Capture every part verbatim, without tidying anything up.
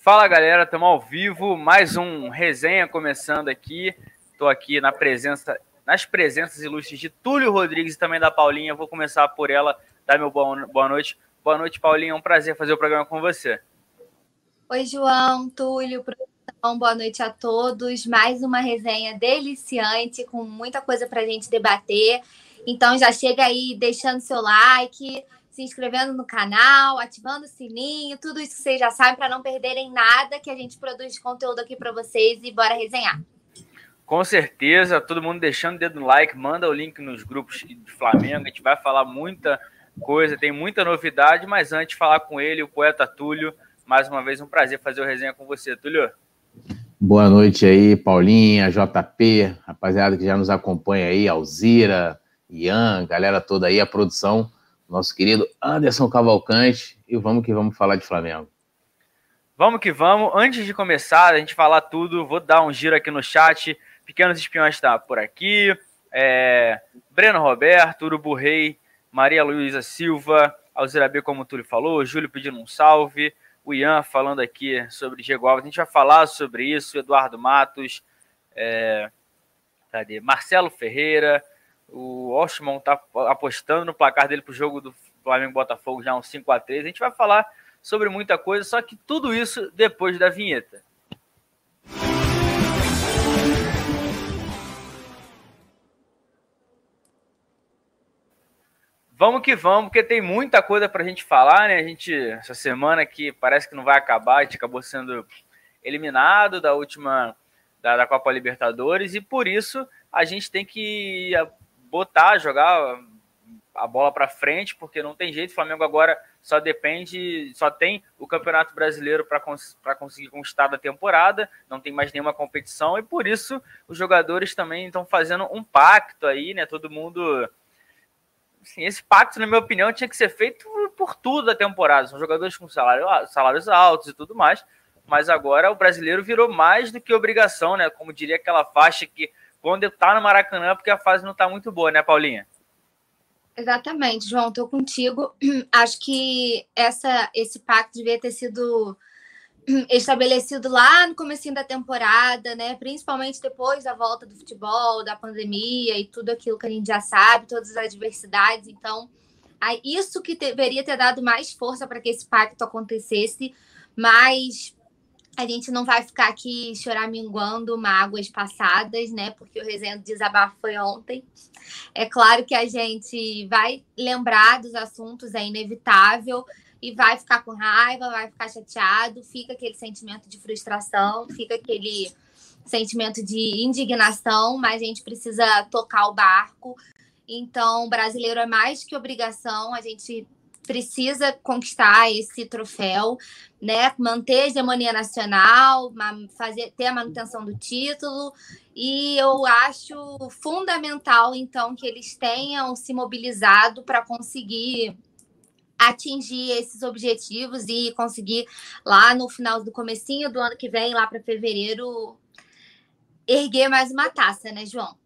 Fala galera, estamos ao vivo, mais um resenha começando aqui. Estou aqui na presença, nas presenças ilustres de Túlio Rodrigues e também da Paulinha. Vou começar por ela, dar meu boa noite. Boa noite, Paulinha, é um prazer fazer o programa com você. Oi, João, Túlio, produção, boa noite a todos. Mais uma resenha deliciante, com muita coisa para a gente debater. Então já chega aí deixando seu like, se inscrevendo no canal, ativando o sininho, tudo isso que vocês já sabem para não perderem nada que a gente produz de conteúdo aqui para vocês e bora resenhar. Com certeza, todo mundo deixando o dedo no like, manda o link nos grupos de Flamengo, a gente vai falar muita coisa, tem muita novidade, mas antes de falar com ele, o poeta Túlio, mais uma vez um prazer fazer o resenha com você, Túlio. Boa noite aí, Paulinha, J P, rapaziada que já nos acompanha aí, Alzira, Ian, galera toda aí, a produção, nosso querido Anderson Cavalcante, e vamos que vamos falar de Flamengo. Vamos que vamos. Antes de começar, a gente falar tudo, vou dar um giro aqui no chat. Pequenos Espiões está por aqui, é, Breno Roberto, Urubu Rei, Maria Luísa Silva, Alzira B, como o Túlio falou, Júlio pedindo um salve, o Ian falando aqui sobre Diego Alves, a gente vai falar sobre isso, Eduardo Matos, é, cadê? Marcelo Ferreira, o Oshman está apostando no placar dele para o jogo do Flamengo-Botafogo já um cinco a três, a gente vai falar sobre muita coisa, só que tudo isso depois da vinheta. Vamos que vamos, porque tem muita coisa para a gente falar, né? A gente, essa semana que parece que não vai acabar, a gente acabou sendo eliminado da última, da, da Copa Libertadores, e por isso a gente tem que botar, jogar a bola para frente, porque não tem jeito, o Flamengo agora só depende, só tem o Campeonato Brasileiro para cons para conseguir conquistar da temporada, não tem mais nenhuma competição, e por isso os jogadores também estão fazendo um pacto aí, né? Todo mundo... Assim, esse pacto, na minha opinião, tinha que ser feito por tudo da temporada. São jogadores com salário, salários altos e tudo mais, mas agora o brasileiro virou mais do que obrigação, né? Como diria aquela faixa que quando tá no Maracanã, porque a fase não tá muito boa, né, Paulinha? Exatamente, João, tô contigo. Acho que essa, esse pacto devia ter sido estabelecido lá no comecinho da temporada, né? Principalmente depois da volta do futebol, da pandemia e tudo aquilo que a gente já sabe, todas as adversidades. Então, isso que deveria ter dado mais força para que esse pacto acontecesse, mas a gente não vai ficar aqui choraminguando mágoas passadas, né? Porque o resenha do desabafo foi ontem. É claro que a gente vai lembrar dos assuntos, é inevitável, e vai ficar com raiva, vai ficar chateado, fica aquele sentimento de frustração, fica aquele sentimento de indignação, mas a gente precisa tocar o barco. Então, o brasileiro é mais que obrigação, a gente precisa conquistar esse troféu, né? Manter a hegemonia nacional, fazer, ter a manutenção do título, e eu acho fundamental, então, que eles tenham se mobilizado para conseguir atingir esses objetivos e conseguir lá no final do comecinho do ano que vem, lá para fevereiro, erguer mais uma taça, né, João?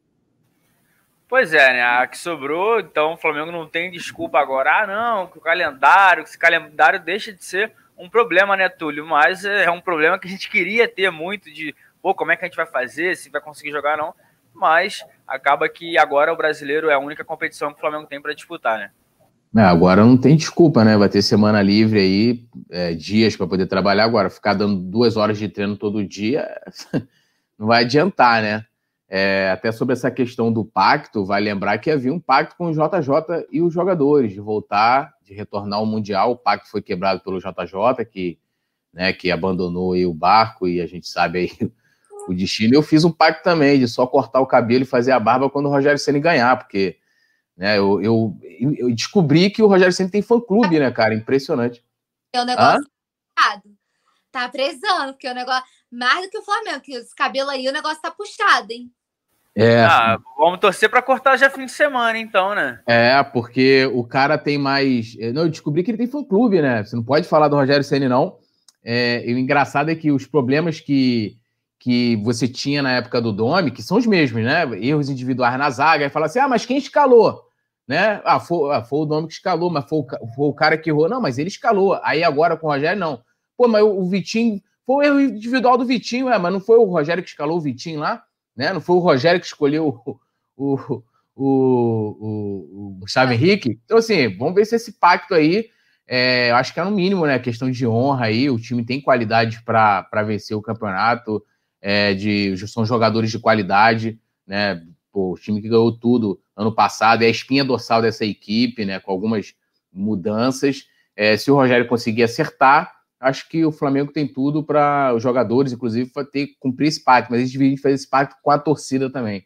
Pois é, né? A que sobrou, então o Flamengo não tem desculpa agora. Ah, não, que o calendário, que esse calendário deixa de ser um problema, né, Túlio? Mas é um problema que a gente queria ter muito de, pô, como é que a gente vai fazer, se vai conseguir jogar ou não. Mas acaba que agora o brasileiro é a única competição que o Flamengo tem para disputar, né? É, agora não tem desculpa, né? Vai ter semana livre aí, é, dias para poder trabalhar. Agora, ficar dando duas horas de treino todo dia não vai adiantar, né? É, até sobre essa questão do pacto, vai lembrar que havia um pacto com o J J e os jogadores, de voltar, de retornar ao Mundial. O pacto foi quebrado pelo J J, que, né, que abandonou aí o barco, e a gente sabe aí o destino. Eu fiz um pacto também, de só cortar o cabelo e fazer a barba quando o Rogério Ceni ganhar, porque... Né, eu, eu, eu descobri que o Rogério Ceni tem fã-clube, né, cara? Impressionante. É um negócio puxado. Tá precisando, porque o negócio... Mais do que o Flamengo, que esse cabelo aí, o negócio tá puxado, hein? É. Ah, vamos torcer pra cortar já fim de semana, então, né? É, porque o cara tem mais... Não, eu descobri que ele tem fã-clube, né? Você não pode falar do Rogério Ceni, não. É, e o engraçado é que os problemas que, que você tinha na época do Domi, que são os mesmos, né? Erros individuais na zaga, aí fala assim, ah, mas quem escalou? Né? Ah, foi, ah, foi o Domi que escalou, mas foi o, foi o cara que errou. Não, mas ele escalou. Aí agora com o Rogério, não. Pô, mas o, o Vitinho foi o erro individual do Vitinho, é, mas não foi o Rogério que escalou o Vitinho lá, né? Não foi o Rogério que escolheu o, o, o, o, o Gustavo Henrique. Então, assim, vamos ver se esse pacto aí, é, eu acho que é no mínimo, né? Questão de honra aí, o time tem qualidade para vencer o campeonato, é, de, são jogadores de qualidade, né? Pô, o time que ganhou tudo ano passado é a espinha dorsal dessa equipe, né? Com algumas mudanças. É, se o Rogério conseguir acertar, acho que o Flamengo tem tudo para os jogadores, inclusive, ter cumprir esse pacto, mas eles devem fazer esse pacto com a torcida também.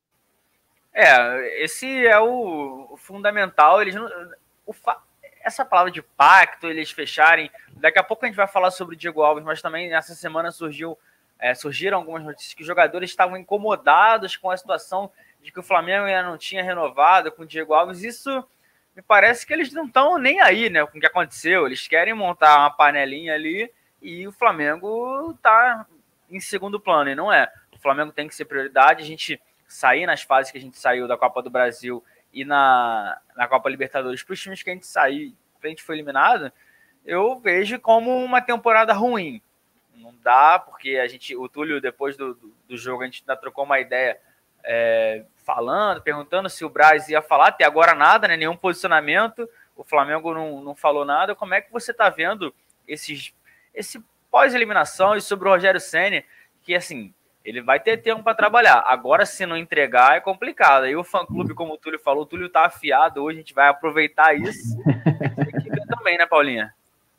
É, esse é o, o fundamental. Eles não, o fa, essa palavra de pacto, eles fecharem. Daqui a pouco a gente vai falar sobre o Diego Alves, mas também nessa semana surgiu, é, surgiram algumas notícias que os jogadores estavam incomodados com a situação de que o Flamengo ainda não tinha renovado com o Diego Alves. Isso me parece que eles não estão nem aí, né, com o que aconteceu. Eles querem montar uma panelinha ali e o Flamengo está em segundo plano, e não é. O Flamengo tem que ser prioridade. A gente sair nas fases que a gente saiu da Copa do Brasil e na, na Copa Libertadores para os times que a gente saiu, que a gente foi eliminado, eu vejo como uma temporada ruim. Não dá, porque a gente, o Túlio, depois do, do, do jogo, a gente ainda trocou uma ideia, é, falando, perguntando se o Braz ia falar, até agora nada, né, nenhum posicionamento, o Flamengo não, não falou nada. Como é que você está vendo esses, esse pós-eliminação e sobre o Rogério Ceni, que assim, ele vai ter tempo para trabalhar, agora se não entregar é complicado, aí o fã-clube, como o Túlio falou, o Túlio tá afiado hoje, a gente vai aproveitar isso, tem que ver também, né, Paulinha?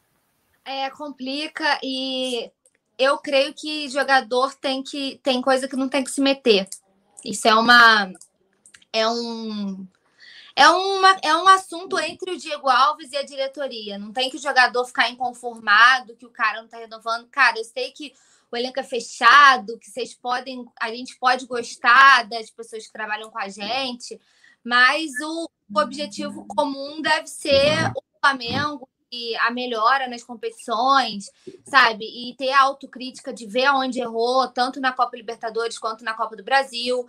É, complica, e eu creio que jogador tem que tem coisa que não tem que se meter. Isso é uma é um é uma é um assunto entre o Diego Alves e a diretoria. Não tem que o jogador ficar inconformado que o cara não tá renovando. Cara, eu sei que o elenco é fechado, que vocês podem, a gente pode gostar das pessoas que trabalham com a gente, mas o, o objetivo comum deve ser o Flamengo e a melhora nas competições, sabe? E ter a autocrítica de ver onde errou, tanto na Copa Libertadores quanto na Copa do Brasil.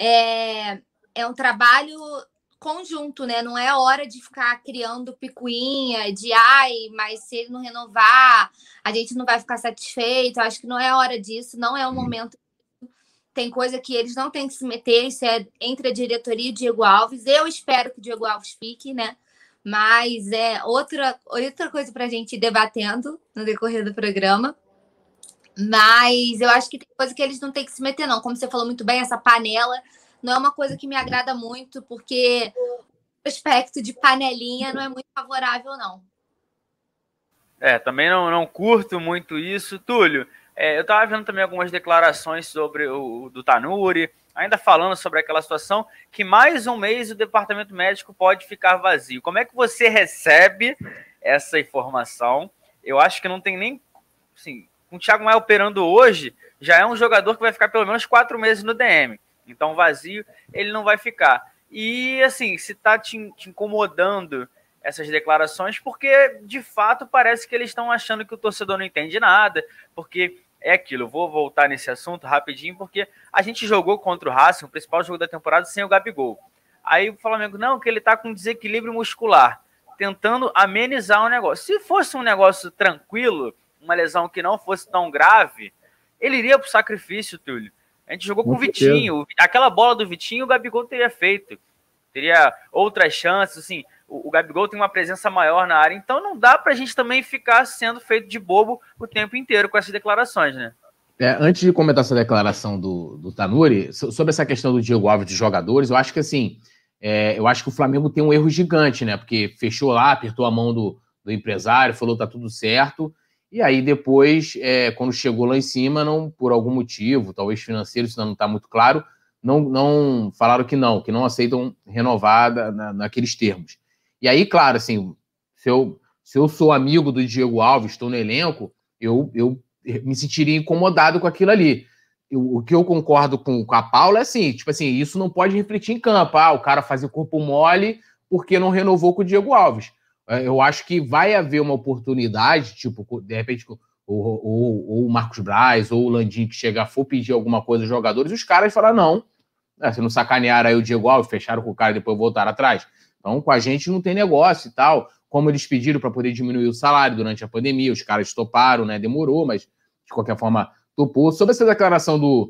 É, é um trabalho conjunto, né? Não é hora de ficar criando picuinha de ai, mas se ele não renovar, a gente não vai ficar satisfeito. Eu acho que não é hora disso, não é o momento. Tem coisa que eles não têm que se meter, isso é entre a diretoria e o Diego Alves. Eu espero que o Diego Alves fique, né? Mas é outra, outra coisa para a gente ir debatendo no decorrer do programa. Mas eu acho que tem coisa que eles não têm que se meter, não. Como você falou muito bem, essa panela não é uma coisa que me agrada muito, porque o aspecto de panelinha não é muito favorável, não. É, também não, não curto muito isso. Túlio, é, eu estava vendo também algumas declarações sobre o do Tanuri, ainda falando sobre aquela situação que mais um mês o departamento médico pode ficar vazio. Como é que você recebe essa informação? Eu acho que não tem nem... Assim, com o Thiago Maia operando hoje, já é um jogador que vai ficar pelo menos quatro meses no D M. Então, vazio, ele não vai ficar. E, assim, se está te, te incomodando essas declarações, porque, de fato, parece que eles estão achando que o torcedor não entende nada, porque é aquilo. Eu vou voltar nesse assunto rapidinho, porque a gente jogou contra o Racing, o principal jogo da temporada, sem o Gabigol. Aí o Flamengo, não, que ele está com desequilíbrio muscular, tentando amenizar o negócio. Se fosse um negócio tranquilo, uma lesão que não fosse tão grave, ele iria para o sacrifício, Túlio. A gente jogou com o Vitinho. Aquela bola do Vitinho, o Gabigol teria feito. Teria outras chances, assim. O, o Gabigol tem uma presença maior na área. Então não dá pra gente também ficar sendo feito de bobo o tempo inteiro com essas declarações, né? É, antes de comentar essa declaração do, do Tanuri, sobre essa questão do Diego Alves de jogadores, eu acho que assim, é, eu acho que o Flamengo tem um erro gigante, né? Porque fechou lá, apertou a mão do, do empresário, falou tá tudo certo. E aí depois, é, quando chegou lá em cima, não, por algum motivo, talvez financeiro, isso não está muito claro, não, não falaram que não, que não aceitam renovar na, naqueles termos. E aí, claro, assim, se eu, se eu sou amigo do Diego Alves, estou no elenco, eu, eu me sentiria incomodado com aquilo ali. Eu, o que eu concordo com, com a Paula é assim, tipo assim, isso não pode refletir em campo. Ah, o cara fazia corpo mole porque não renovou com o Diego Alves. Eu acho que vai haver uma oportunidade, tipo, de repente, ou, ou, ou o Marcos Braz, ou o Landim, que chegar, for pedir alguma coisa aos jogadores, os caras falaram, não, né, se não sacanearam aí o Diego Alves, fecharam com o cara e depois voltaram atrás. Então, com a gente não tem negócio e tal. Como eles pediram para poder diminuir o salário durante a pandemia, os caras toparam, né, demorou, mas de qualquer forma, topou. Sobre essa declaração do,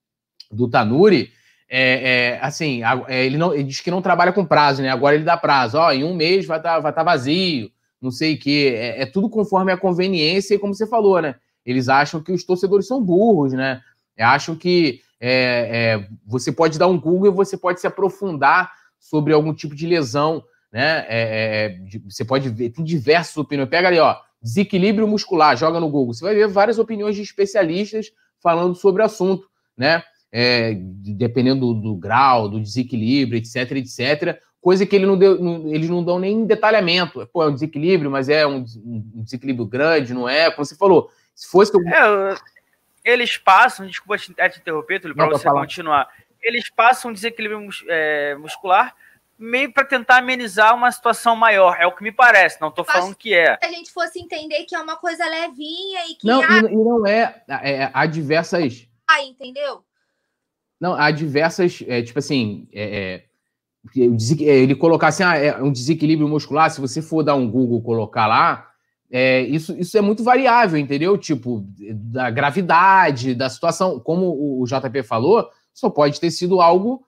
do Tanuri, é, é, assim, é, ele, não, ele diz que não trabalha com prazo, né? Agora ele dá prazo. Ó, em um mês vai estar tá, vai tá vazio, não sei o quê. É, é tudo conforme a conveniência e como você falou, né? Eles acham que os torcedores são burros, né? Acham que é, é, você pode dar um Google e você pode se aprofundar sobre algum tipo de lesão, né? É, é, você pode ver, tem diversas opiniões. Pega ali, ó, desequilíbrio muscular, joga no Google. Você vai ver várias opiniões de especialistas falando sobre o assunto, né? É, dependendo do, do grau, do desequilíbrio, etc, etcétera. Coisa que ele não deu, não, eles não dão nem detalhamento. Pô, é um desequilíbrio, mas é um, um desequilíbrio grande, não é? Como você falou, se fosse... É, eles passam, desculpa te, te interromper, Túlio, para você falar. continuar. Eles passam um desequilíbrio é, muscular meio para tentar amenizar uma situação maior. É o que me parece, não estou falando que é. Se a gente fosse entender que é uma coisa levinha e que... Não, há... e, e não é, é... Há diversas... Ah, entendeu? Não, há diversas... É, tipo assim... É, é, ele colocar assim, ah, é um desequilíbrio muscular, se você for dar um Google colocar lá, é, isso, isso é muito variável, entendeu? Tipo, da gravidade, da situação. Como o J P falou, só pode ter sido algo,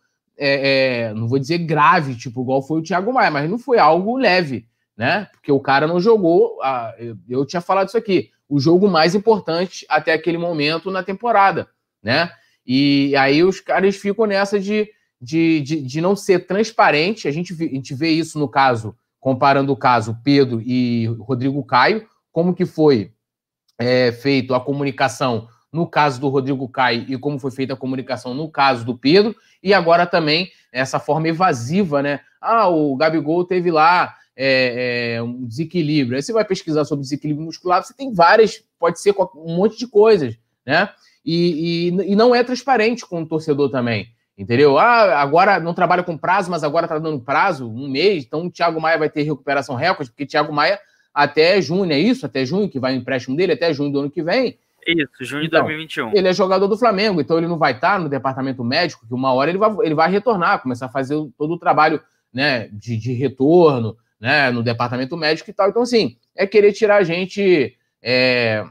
é, é, não vou dizer grave, tipo, igual foi o Thiago Maia, mas não foi algo leve, né? Porque o cara não jogou, a, eu, eu tinha falado isso aqui, o jogo mais importante até aquele momento na temporada, né? E aí os caras ficam nessa de, de, de, de não ser transparente. A gente, a gente vê isso no caso, comparando o caso Pedro e Rodrigo Caio, como que foi é, feito a comunicação no caso do Rodrigo Caio e como foi feita a comunicação no caso do Pedro, e agora também essa forma evasiva, né? Ah, o Gabigol teve lá é, é, um desequilíbrio. Aí você vai pesquisar sobre desequilíbrio muscular, você tem várias, pode ser um monte de coisas, né? E, e, e não é transparente com o torcedor também, entendeu? Ah, agora não trabalha com prazo, mas agora tá dando prazo, um mês, então o Thiago Maia vai ter recuperação recorde, porque o Thiago Maia até junho, é isso? Até junho, que vai o empréstimo dele, até junho do ano que vem. Isso, junho então, de dois mil e vinte e um. Ele é jogador do Flamengo, então ele não vai estar no departamento médico, que uma hora ele vai, ele vai retornar, começar a fazer todo o trabalho, né, de, de retorno, né, no departamento médico e tal. Então, assim, é querer tirar a gente é,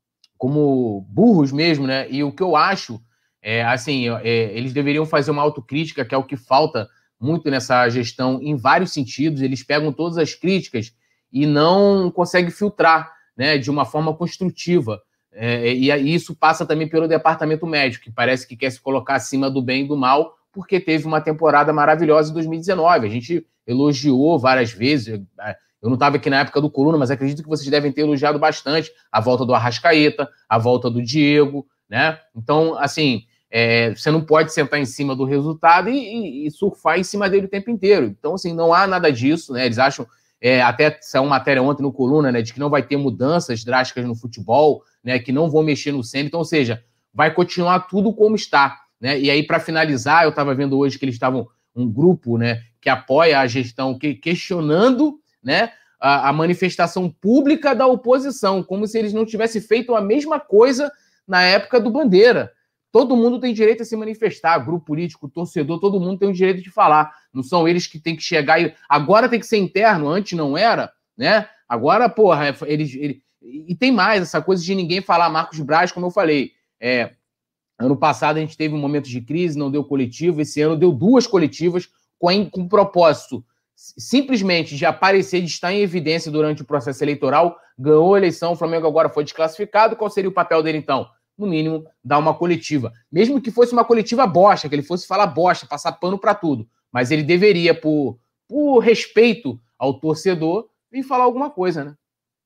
como burros mesmo, né? E o que eu acho, é, assim, é, eles deveriam fazer uma autocrítica, que é o que falta muito nessa gestão em vários sentidos. Eles pegam todas as críticas e não conseguem filtrar, né, de uma forma construtiva. É, e isso passa também pelo departamento médico, que parece que quer se colocar acima do bem e do mal, porque teve uma temporada maravilhosa em dois mil e dezenove. A gente elogiou várias vezes. Eu não estava aqui na época do Coluna, mas acredito que vocês devem ter elogiado bastante a volta do Arrascaeta, a volta do Diego, né? Então, assim, é, você não pode sentar em cima do resultado e, e, e surfar em cima dele o tempo inteiro. Então, assim, não há nada disso, né? Eles acham... É, até saiu uma matéria ontem no Coluna, né, de que não vai ter mudanças drásticas no futebol, né, que não vão mexer no centro. Então, ou seja, vai continuar tudo como está, né? E aí, para finalizar, eu estava vendo hoje que eles estavam um grupo, né, que apoia a gestão, que, questionando, né, a, a manifestação pública da oposição, como se eles não tivessem feito a mesma coisa na época do Bandeira. Todo mundo tem direito a se manifestar, grupo político, torcedor, todo mundo tem o direito de falar. Não são eles que têm que chegar e... Agora tem que ser interno, antes não era, né? Agora, porra, eles... eles... E tem mais essa coisa de ninguém falar Marcos Braz, como eu falei. É... Ano passado a gente teve um momento de crise, não deu coletivo. Esse ano deu duas coletivas com, com propósito simplesmente de aparecer, de estar em evidência durante o processo eleitoral. Ganhou a eleição, o Flamengo agora foi desclassificado. Qual seria o papel dele, então? No mínimo, dar uma coletiva. Mesmo que fosse uma coletiva bosta, que ele fosse falar bosta, passar pano para tudo. Mas ele deveria, por, por respeito ao torcedor, vir falar alguma coisa, né?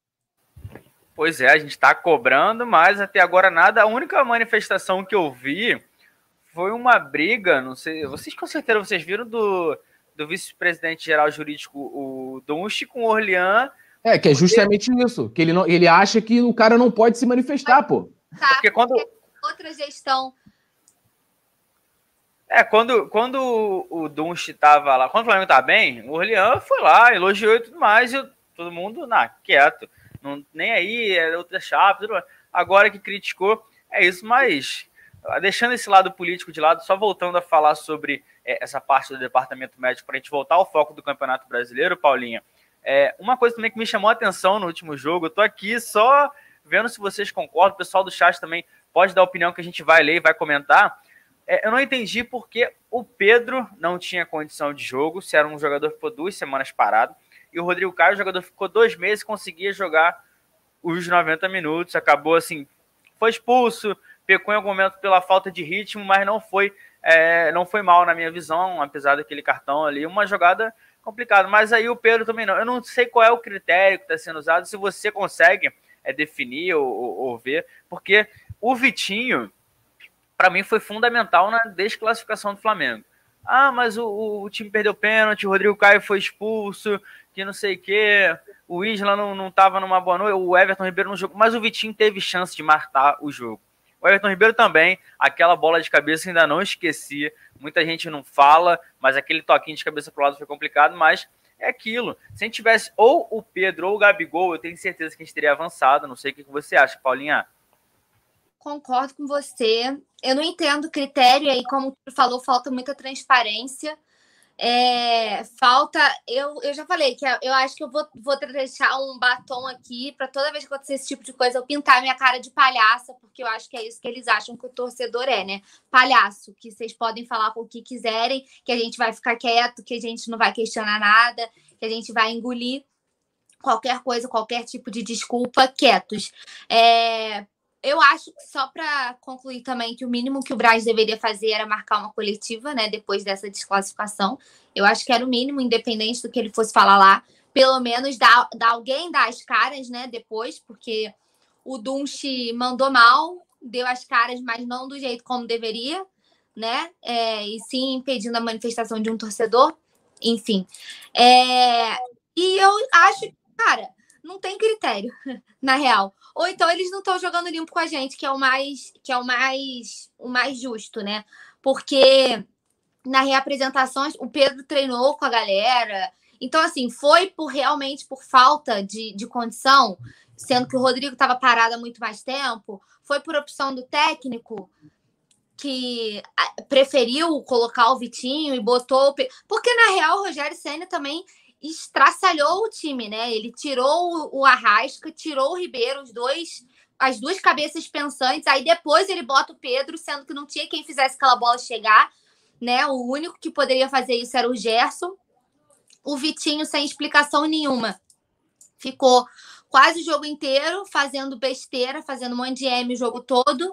Pois é, a gente está cobrando, mas até agora nada. A única manifestação que eu vi foi uma briga, não sei, vocês com certeza vocês viram do, do vice-presidente geral jurídico, o Dunst, com o Orlean. É, que é justamente porque... isso, que ele, não, ele acha que o cara não pode se manifestar, pô. Tá, porque quando... outra gestão... É, quando, quando o Dunst estava lá, quando o Flamengo estava bem, o Orlean foi lá, elogiou e tudo mais, e todo mundo, não, quieto. Não, nem aí, era outra chapa, tudo mais. Agora que criticou, é isso, mas deixando esse lado político de lado, só voltando a falar sobre é, essa parte do departamento médico, para a gente voltar ao foco do Campeonato Brasileiro, Paulinha, é, uma coisa também que me chamou a atenção no último jogo, eu tô aqui só vendo se vocês concordam, o pessoal do chat também pode dar opinião que a gente vai ler e vai comentar. É, eu não entendi porque o Pedro não tinha condição de jogo, se era um jogador que ficou duas semanas parado, e o Rodrigo Caio, o jogador ficou dois meses e conseguia jogar os noventa minutos, acabou assim, foi expulso, pecou em algum momento pela falta de ritmo, mas não foi, é, não foi mal na minha visão, apesar daquele cartão ali, uma jogada complicada. Mas aí o Pedro também não. Eu não sei qual é o critério que está sendo usado, se você consegue é, definir ou, ou, ou ver, porque o Vitinho, para mim, foi fundamental na desclassificação do Flamengo. Ah, mas o, o time perdeu pênalti, o Rodrigo Caio foi expulso, que não sei o quê, o Isla não estava numa boa noite, o Everton Ribeiro não jogou, mas o Vitinho teve chance de matar o jogo. O Everton Ribeiro também, aquela bola de cabeça ainda não esqueci, muita gente não fala, mas aquele toquinho de cabeça pro lado foi complicado, mas é aquilo. Se a gente tivesse ou o Pedro ou o Gabigol, eu tenho certeza que a gente teria avançado, não sei o que você acha, Paulinha. Concordo com você. Eu não entendo o critério aí, como tu falou, falta muita transparência. É, falta, eu, eu já falei que eu acho que eu vou, vou deixar um batom aqui para toda vez que acontecer esse tipo de coisa eu pintar minha cara de palhaça, porque eu acho que é isso que eles acham que o torcedor é, né? Palhaço, que vocês podem falar o que quiserem, que a gente vai ficar quieto, que a gente não vai questionar nada, que a gente vai engolir qualquer coisa, qualquer tipo de desculpa, quietos. É... Eu acho que só para concluir também que o mínimo que o Braz deveria fazer era marcar uma coletiva, né? Depois dessa desclassificação. Eu acho que era o mínimo, independente do que ele fosse falar lá. Pelo menos dar, dar alguém dar as caras, né? Depois, porque o Dunche mandou mal, deu as caras, mas não do jeito como deveria, né? É, e sim impedindo a manifestação de um torcedor. Enfim. É, e eu acho que, cara, não tem critério, na real. Ou então eles não estão jogando limpo com a gente, que é o mais, que é o mais, o mais justo, né? Porque na reapresentação o Pedro treinou com a galera. Então, assim, foi por realmente por falta de, de condição, sendo que o Rodrigo estava parado há muito mais tempo, foi por opção do técnico que preferiu colocar o Vitinho e botou o Pedro. Porque, na real, o Rogério Ceni também estraçalhou o time, né? Ele tirou o Arrasca, tirou o Ribeiro, os dois, as duas cabeças pensantes, aí depois ele bota o Pedro, sendo que não tinha quem fizesse aquela bola chegar, né? O único que poderia fazer isso era o Gerson. O Vitinho, sem explicação nenhuma, ficou quase o jogo inteiro fazendo besteira, fazendo um monte de M o jogo todo.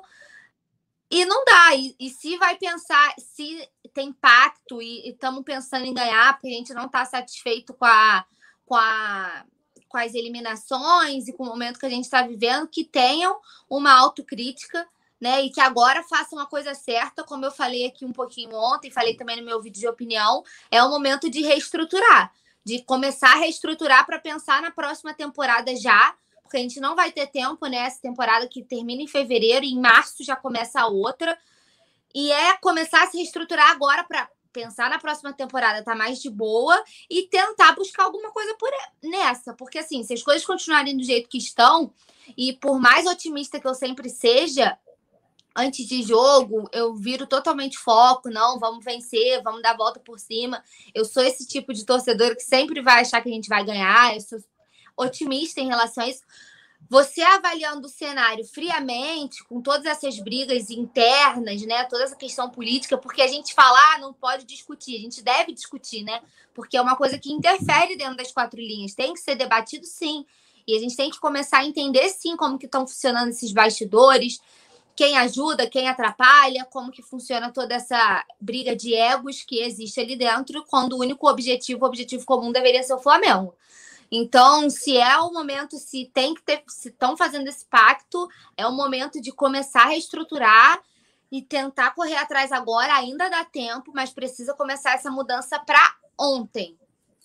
E não dá. E, e se vai pensar, se tem pacto e estamos pensando em ganhar, porque a gente não está satisfeito com, a, com, a, com as eliminações e com o momento que a gente está vivendo, que tenham uma autocrítica, né? E que agora façam a coisa certa, como eu falei aqui um pouquinho ontem, falei também no meu vídeo de opinião, é o momento de reestruturar, de começar a reestruturar para pensar na próxima temporada já, porque a gente não vai ter tempo, né? Essa temporada que termina em fevereiro e em março já começa a outra. E é começar a se reestruturar agora para pensar na próxima temporada, tá mais de boa e tentar buscar alguma coisa por nessa. Porque, assim, se as coisas continuarem do jeito que estão, e por mais otimista que eu sempre seja, antes de jogo, eu viro totalmente foco, não, vamos vencer, vamos dar a volta por cima. Eu sou esse tipo de torcedor que sempre vai achar que a gente vai ganhar, eu sou otimista em relação a isso. Você avaliando o cenário friamente, com todas essas brigas internas, né, toda essa questão política, porque a gente fala, ah, não pode discutir, a gente deve discutir, né, porque é uma coisa que interfere dentro das quatro linhas, tem que ser debatido sim, e a gente tem que começar a entender sim como que estão funcionando esses bastidores, quem ajuda, quem atrapalha, como que funciona toda essa briga de egos que existe ali dentro, quando o único objetivo, o objetivo comum deveria ser o Flamengo. Então, se é o momento, se tem que ter, se estão fazendo esse pacto, é o momento de começar a reestruturar e tentar correr atrás agora. Ainda dá tempo, mas precisa começar essa mudança para ontem.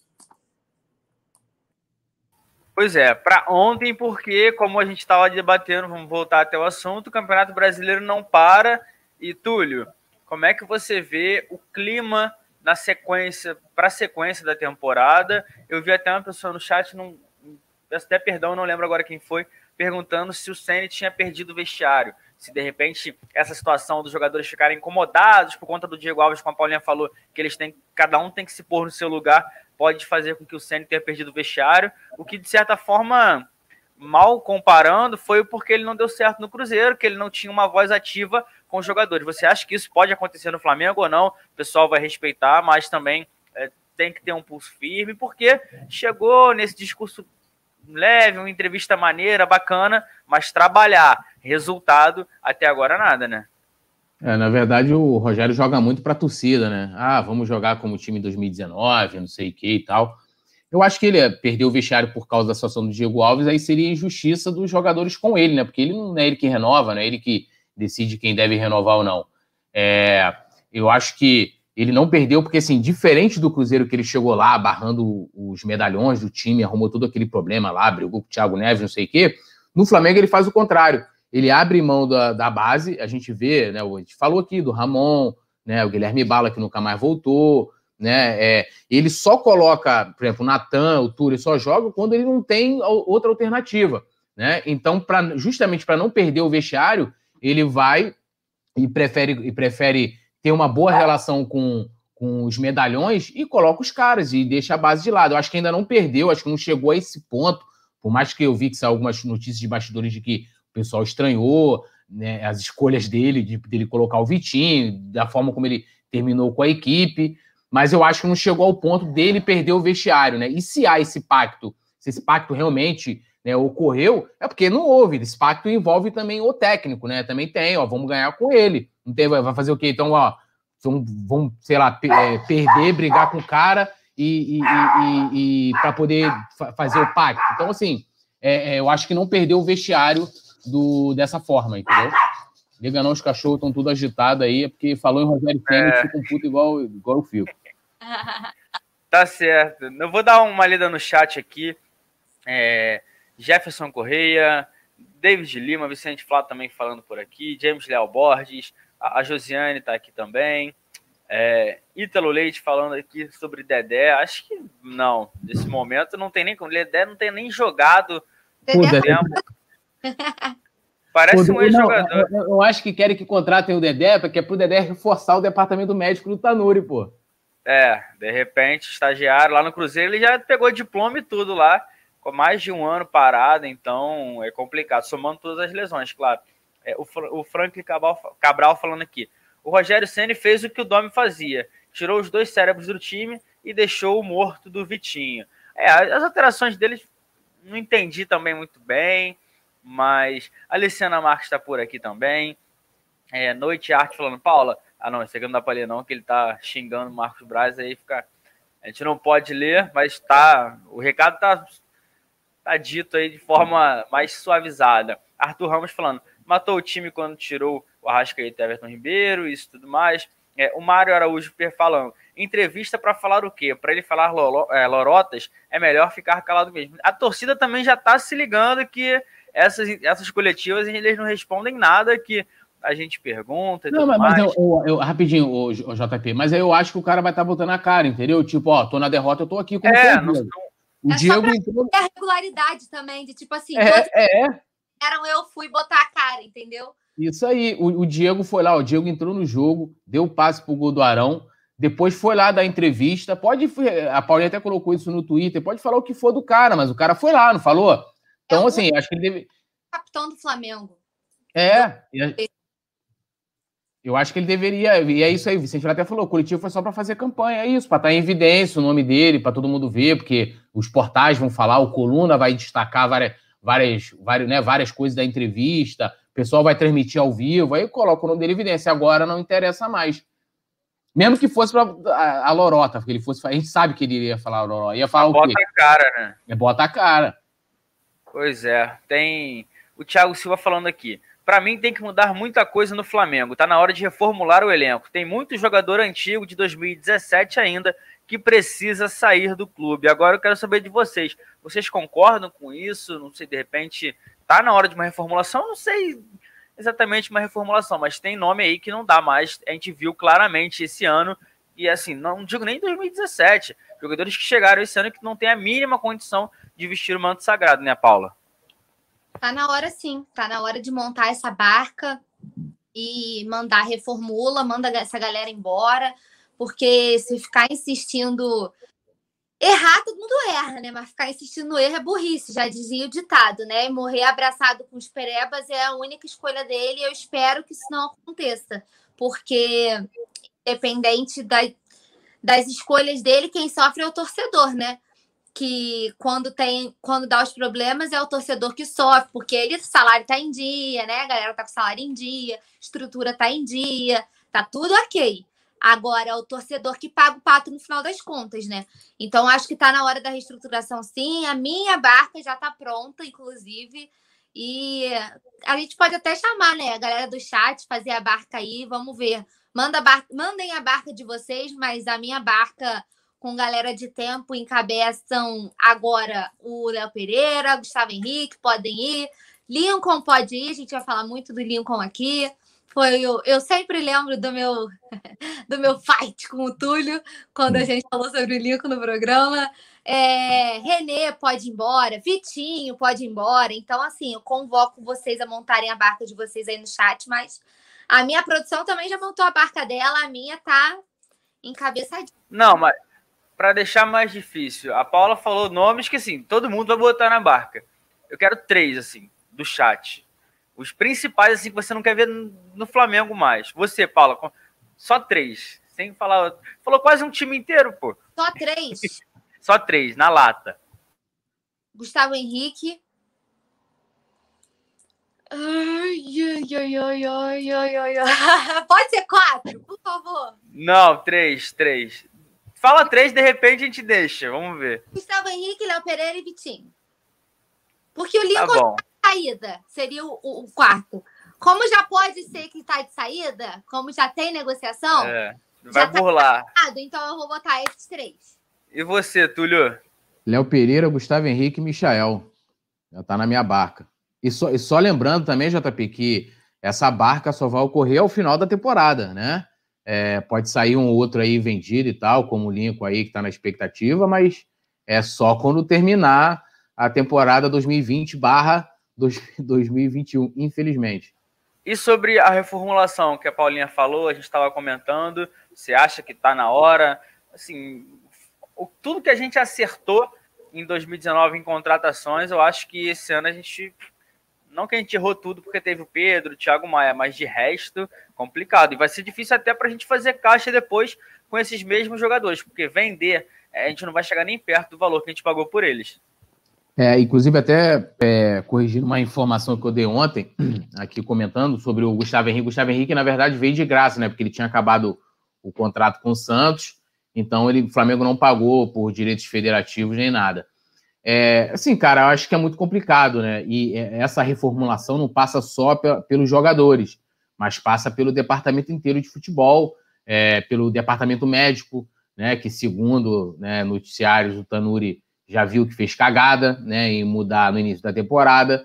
Pois é, para ontem, porque, como a gente estava debatendo, vamos voltar até o assunto, o Campeonato Brasileiro não para. E, Túlio, como é que você vê o clima na sequência, para a sequência da temporada? Eu vi até uma pessoa no chat, não, peço até perdão, não lembro agora quem foi, perguntando se o Ceni tinha perdido o vestiário, se de repente essa situação dos jogadores ficarem incomodados por conta do Diego Alves, como a Paulinha falou, que eles têm, cada um tem que se pôr no seu lugar, pode fazer com que o Ceni tenha perdido o vestiário, o que de certa forma mal comparando, foi porque ele não deu certo no Cruzeiro, que ele não tinha uma voz ativa com os jogadores. Você acha que isso pode acontecer no Flamengo ou não? O pessoal vai respeitar, mas também é, tem que ter um pulso firme, porque chegou nesse discurso leve, uma entrevista maneira, bacana, mas trabalhar, resultado, até agora nada, né? É, na verdade, o Rogério joga muito para a torcida, né? Ah, vamos jogar como time em dois mil e dezenove, não sei o que e tal. Eu acho que ele perdeu o vestiário por causa da situação do Diego Alves, aí seria injustiça dos jogadores com ele, né? Porque ele não é ele que renova, não é ele que decide quem deve renovar ou não. É, eu acho que ele não perdeu, porque, assim, diferente do Cruzeiro, que ele chegou lá barrando os medalhões do time, arrumou todo aquele problema lá, brigou com o Thiago Neves, não sei o quê, no Flamengo ele faz o contrário. Ele abre mão da, da base, a gente vê, né, a gente falou aqui do Ramon, né, o Guilherme Bala, que nunca mais voltou, né, é, ele só coloca, por exemplo, o Natan, o Túlio, só joga quando ele não tem outra alternativa, né, então, pra, justamente para não perder o vestiário, ele vai e prefere, e prefere ter uma boa relação com, com os medalhões e coloca os caras e deixa a base de lado. Eu acho que ainda não perdeu, acho que não chegou a esse ponto, por mais que eu vi que saiu algumas notícias de bastidores de que o pessoal estranhou, né, as escolhas dele, de dele colocar o Vitinho, da forma como ele terminou com a equipe, mas eu acho que não chegou ao ponto dele perder o vestiário, né? E se há esse pacto, se esse pacto realmente, né, ocorreu, é porque não houve. Esse pacto envolve também o técnico, né? Também tem, ó, vamos ganhar com ele. Não tem, vai fazer o quê? Então, ó, vão, vão sei lá, é, perder, brigar com o cara e, e, e, e para poder fa fazer o pacto. Então, assim, é, é, eu acho que não perdeu o vestiário do, dessa forma, entendeu? Liga não, os cachorros estão tudo agitados aí, é porque falou em Rogério Ceni, é... fica um puto igual, igual eu fico. Tá certo. Eu vou dar uma lida no chat aqui. É, Jefferson Correia, David Lima, Vicente Flávio também falando por aqui, James Leal Borges, a, a Josiane tá aqui também, é, Ítalo Leite falando aqui sobre Dedé. Acho que não, nesse momento não tem nem como. Dedé não tem nem jogado por tempo. Parece Pô, um ex-jogador. Eu, eu acho que querem que contratem o Dedé, porque é pro Dedé reforçar o departamento médico do Tanuri, pô. É, de repente, estagiário lá no Cruzeiro, ele já pegou diploma e tudo lá, com mais de um ano parado, então é complicado, somando todas as lesões, claro. É, o, o Franklin Cabral, Cabral falando aqui, o Rogério Ceni fez o que o Domi fazia, tirou os dois cérebros do time e deixou o morto do Vitinho. É, as alterações dele não entendi também muito bem, mas a Luciana Marques está por aqui também. É, Noite Arte falando, Paula, ah não, esse aqui não dá para ler não, que ele tá xingando o Marcos Braz, aí fica, a gente não pode ler, mas tá, o recado tá, tá dito aí de forma mais suavizada. Arthur Ramos falando, matou o time quando tirou o Arrascaeta e Everton Ribeiro, isso tudo mais. É, o Mário Araújo falando, entrevista para falar o quê? Para ele falar lorotas, é melhor ficar calado mesmo. A torcida também já tá se ligando que essas, essas coletivas eles não respondem nada, que a gente pergunta e não, tudo mas, mais. Mas eu, eu, eu, rapidinho, o, o J P, mas aí eu acho que o cara vai estar tá botando a cara, entendeu? Tipo, ó, tô na derrota, eu tô aqui com é, o Diego. O é Diego só entrou... a regularidade também, de tipo assim, é, todos é. eram eu fui botar a cara, entendeu? Isso aí, o, o Diego foi lá, o Diego entrou no jogo, deu passe pro gol do Arão, depois foi lá dar entrevista, pode, a Paulinha até colocou isso no Twitter, pode falar o que for do cara, mas o cara foi lá, não falou? Então, é assim, acho que ele deve... Capitão do Flamengo. É, eu acho que ele deveria, e é isso aí, o Vicente até falou, o coletivo foi só para fazer campanha, é isso, para estar em evidência o nome dele, para todo mundo ver, porque os portais vão falar, o Coluna vai destacar várias, várias, várias, né, várias coisas da entrevista, o pessoal vai transmitir ao vivo, aí coloca o nome dele em evidência, agora não interessa mais. Mesmo que fosse para a, a lorota, porque ele fosse, a gente sabe que ele iria falar a lorota, ia falar o quê? Bota a cara, né? É bota a cara. Pois é, tem o Thiago Silva falando aqui. Para mim tem que mudar muita coisa no Flamengo. Tá na hora de reformular o elenco. Tem muito jogador antigo de dois mil e dezessete ainda que precisa sair do clube. Agora eu quero saber de vocês. Vocês concordam com isso? Não sei, de repente tá na hora de uma reformulação? Não sei exatamente uma reformulação, mas tem nome aí que não dá mais. A gente viu claramente esse ano. E assim, não digo nem dois mil e dezessete. Jogadores que chegaram esse ano que não tem a mínima condição de vestir o manto sagrado, né, Paula? Tá na hora sim, tá na hora de montar essa barca e mandar reformula, manda essa galera embora, porque se ficar insistindo Errar, todo mundo erra, né? Mas ficar insistindo no erro é burrice, já dizia o ditado, né? E morrer abraçado com os perebas é a única escolha dele e eu espero que isso não aconteça, porque independente da, das escolhas dele, quem sofre é o torcedor, né? Que quando tem, quando dá os problemas é o torcedor que sofre, porque ele, o salário tá em dia, né? A galera tá com o salário em dia, estrutura tá em dia, tá tudo ok. Agora é o torcedor que paga o pato no final das contas, né? Então acho que tá na hora da reestruturação, sim. A minha barca já tá pronta, inclusive, e a gente pode até chamar, né? A galera do chat, fazer a barca aí, vamos ver. Manda a barca, mandem a barca de vocês, mas a minha barca com galera de tempo encabeçam agora o Léo Pereira, Gustavo Henrique, podem ir. Lincoln pode ir, a gente vai falar muito do Lincoln aqui. Foi eu, eu sempre lembro do meu, do meu fight com o Túlio, quando a gente falou sobre o Lincoln no programa. É, Renê pode ir embora, Vitinho pode ir embora. Então, assim, eu convoco vocês a montarem a barca de vocês aí no chat, mas a minha produção também já montou a barca dela, a minha tá encabeçadinha. Não, mas para deixar mais difícil, a Paula falou nomes que, assim, todo mundo vai botar na barca. Eu quero três, assim, do chat. Os principais, assim, que você não quer ver no Flamengo mais. Você, Paula, só três. Sem falar... Falou quase um time inteiro, pô. Só três? Só três, na lata. Gustavo Henrique. Ai, ai, ai, ai, ai, ai, ai. Pode ser quatro, por favor. Não, três, três. Fala três, de repente a gente deixa. Vamos ver. Gustavo Henrique, Léo Pereira e Vitinho. Porque o Lincoln tá bom. Tá de saída, seria o, o, o quarto. Como já pode ser que está de saída, como já tem negociação, é, vai já burlar. Tá, então eu vou botar esses três. E você, Túlio? Léo Pereira, Gustavo Henrique e Michael. Já tá na minha barca. E só, e só lembrando também, J P, que essa barca só vai ocorrer ao final da temporada, né? É, pode sair um outro aí vendido e tal, como o Lincoln aí, que tá na expectativa, mas é só quando terminar a temporada dois mil e vinte barra dois mil e vinte e um, infelizmente. E sobre a reformulação que a Paulinha falou, a gente estava comentando, você acha que está na hora? Assim, tudo que a gente acertou em dois mil e dezenove em contratações, eu acho que esse ano a gente... Não que a gente errou tudo porque teve o Pedro, o Thiago Maia, mas de resto, complicado. E vai ser difícil até para a gente fazer caixa depois com esses mesmos jogadores, porque vender, a gente não vai chegar nem perto do valor que a gente pagou por eles. É, inclusive, até é, corrigindo uma informação que eu dei ontem, aqui comentando sobre o Gustavo Henrique. Gustavo Henrique, na verdade, veio de graça, né? Porque ele tinha acabado o contrato com o Santos, então ele, o Flamengo não pagou por direitos federativos nem nada. É, assim, cara, eu acho que é muito complicado, né? E essa reformulação não passa só pelos jogadores, mas passa pelo departamento inteiro de futebol, é, pelo departamento médico, né? Que, segundo, né, noticiários, o Tanuri já viu que fez cagada, né, em mudar no início da temporada,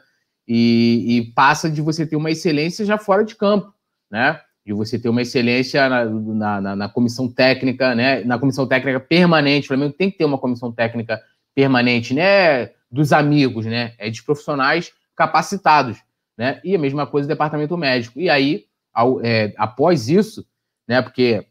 e, e passa de você ter uma excelência já fora de campo, né? De você ter uma excelência na, na, na, na comissão técnica, né? Na comissão técnica permanente. O Flamengo tem que ter uma comissão técnica permanente, né? Dos amigos, né? É de profissionais capacitados, né? E a mesma coisa do departamento médico. E aí, ao, é, após isso, né? Porque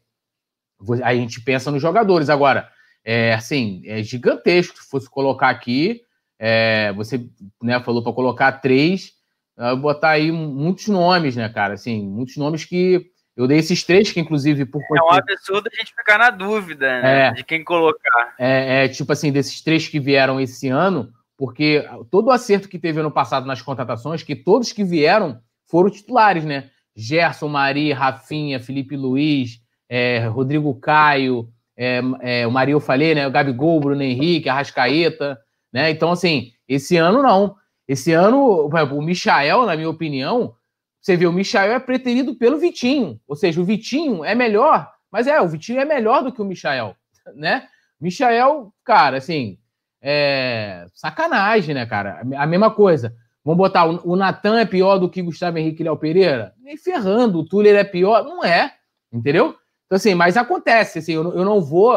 a gente pensa nos jogadores. Agora, é assim, é gigantesco. Se fosse colocar aqui, é, você, né, falou para colocar três, botar aí muitos nomes, né, cara? Assim, muitos nomes que eu dei esses três, que inclusive por É um absurdo a gente ficar na dúvida, né? É, de quem colocar. É, é, tipo assim, desses três que vieram esse ano, porque todo o acerto que teve ano passado nas contratações, que todos que vieram foram titulares, né? Gerson, Mari, Rafinha, Felipe Luiz, é, Rodrigo Caio, é, é, o Mari eu falei, né? O Gabigol, Bruno Henrique, Arrascaeta, né? Então, assim, esse ano não. Esse ano, o Michael, na minha opinião, você vê, o Michael é preterido pelo Vitinho. Ou seja, o Vitinho é melhor, mas é, o Vitinho é melhor do que o Michael, né? Michael, cara, assim, é sacanagem, né, cara? A mesma coisa. Vamos botar, o, o Natan é pior do que Gustavo Henrique e Léo Pereira? Nem ferrando, o Túlio é pior? Não é, entendeu? Então, assim, mas acontece, assim, eu, eu não vou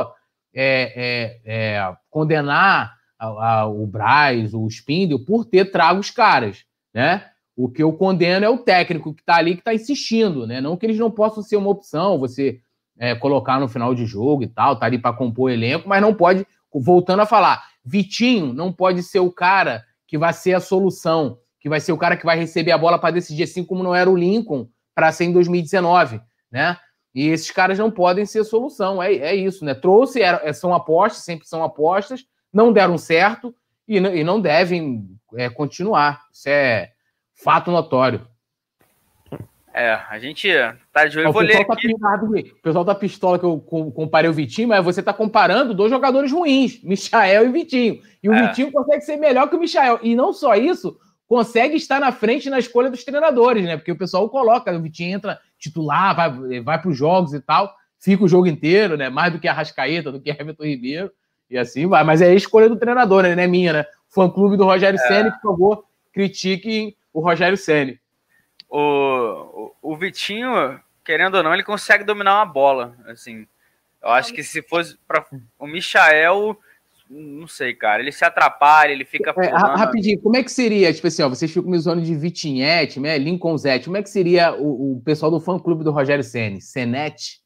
é, é, é, condenar a, a, o Braz, o Spindle, por ter trago os caras, né? O que eu condeno é o técnico que tá ali, que tá insistindo, né? Não que eles não possam ser uma opção, você é, colocar no final de jogo e tal, tá ali para compor o elenco, mas não pode voltando a falar, Vitinho não pode ser o cara que vai ser a solução, que vai ser o cara que vai receber a bola para decidir, assim como não era o Lincoln para ser em dois mil e dezenove, né? E esses caras não podem ser solução, é, é isso, né? Trouxe, era, são apostas, sempre são apostas, não deram certo e, e não devem é, continuar. Isso é fato notório. É, a gente tá de olho. Ó, vou ler tá aqui. O pessoal tá pistola que eu comparei o Vitinho, mas você tá comparando dois jogadores ruins, Michael e Vitinho. E o é. Vitinho consegue ser melhor que o Michael. E não só isso, consegue estar na frente na escolha dos treinadores, né? Porque o pessoal coloca, o Vitinho entra titular, vai, vai para os jogos e tal, fica o jogo inteiro, né? Mais do que a Arrascaeta, do que Everton Ribeiro, e assim vai. Mas é a escolha do treinador, né? Não é minha, né? Fã-clube do Rogério é. Ceni, por favor, critiquem o Rogério Ceni. O, o, o Vitinho, querendo ou não, ele consegue dominar uma bola, assim. Eu acho que se fosse para o Michael, não sei, cara, ele se atrapalha, ele fica... É, rapidinho, como é que seria, tipo assim, ó, vocês ficam me zoando de Vitinhete, né, Lincolnzete, como é que seria o, o pessoal do fã-clube do Rogério Ceni? Cenete?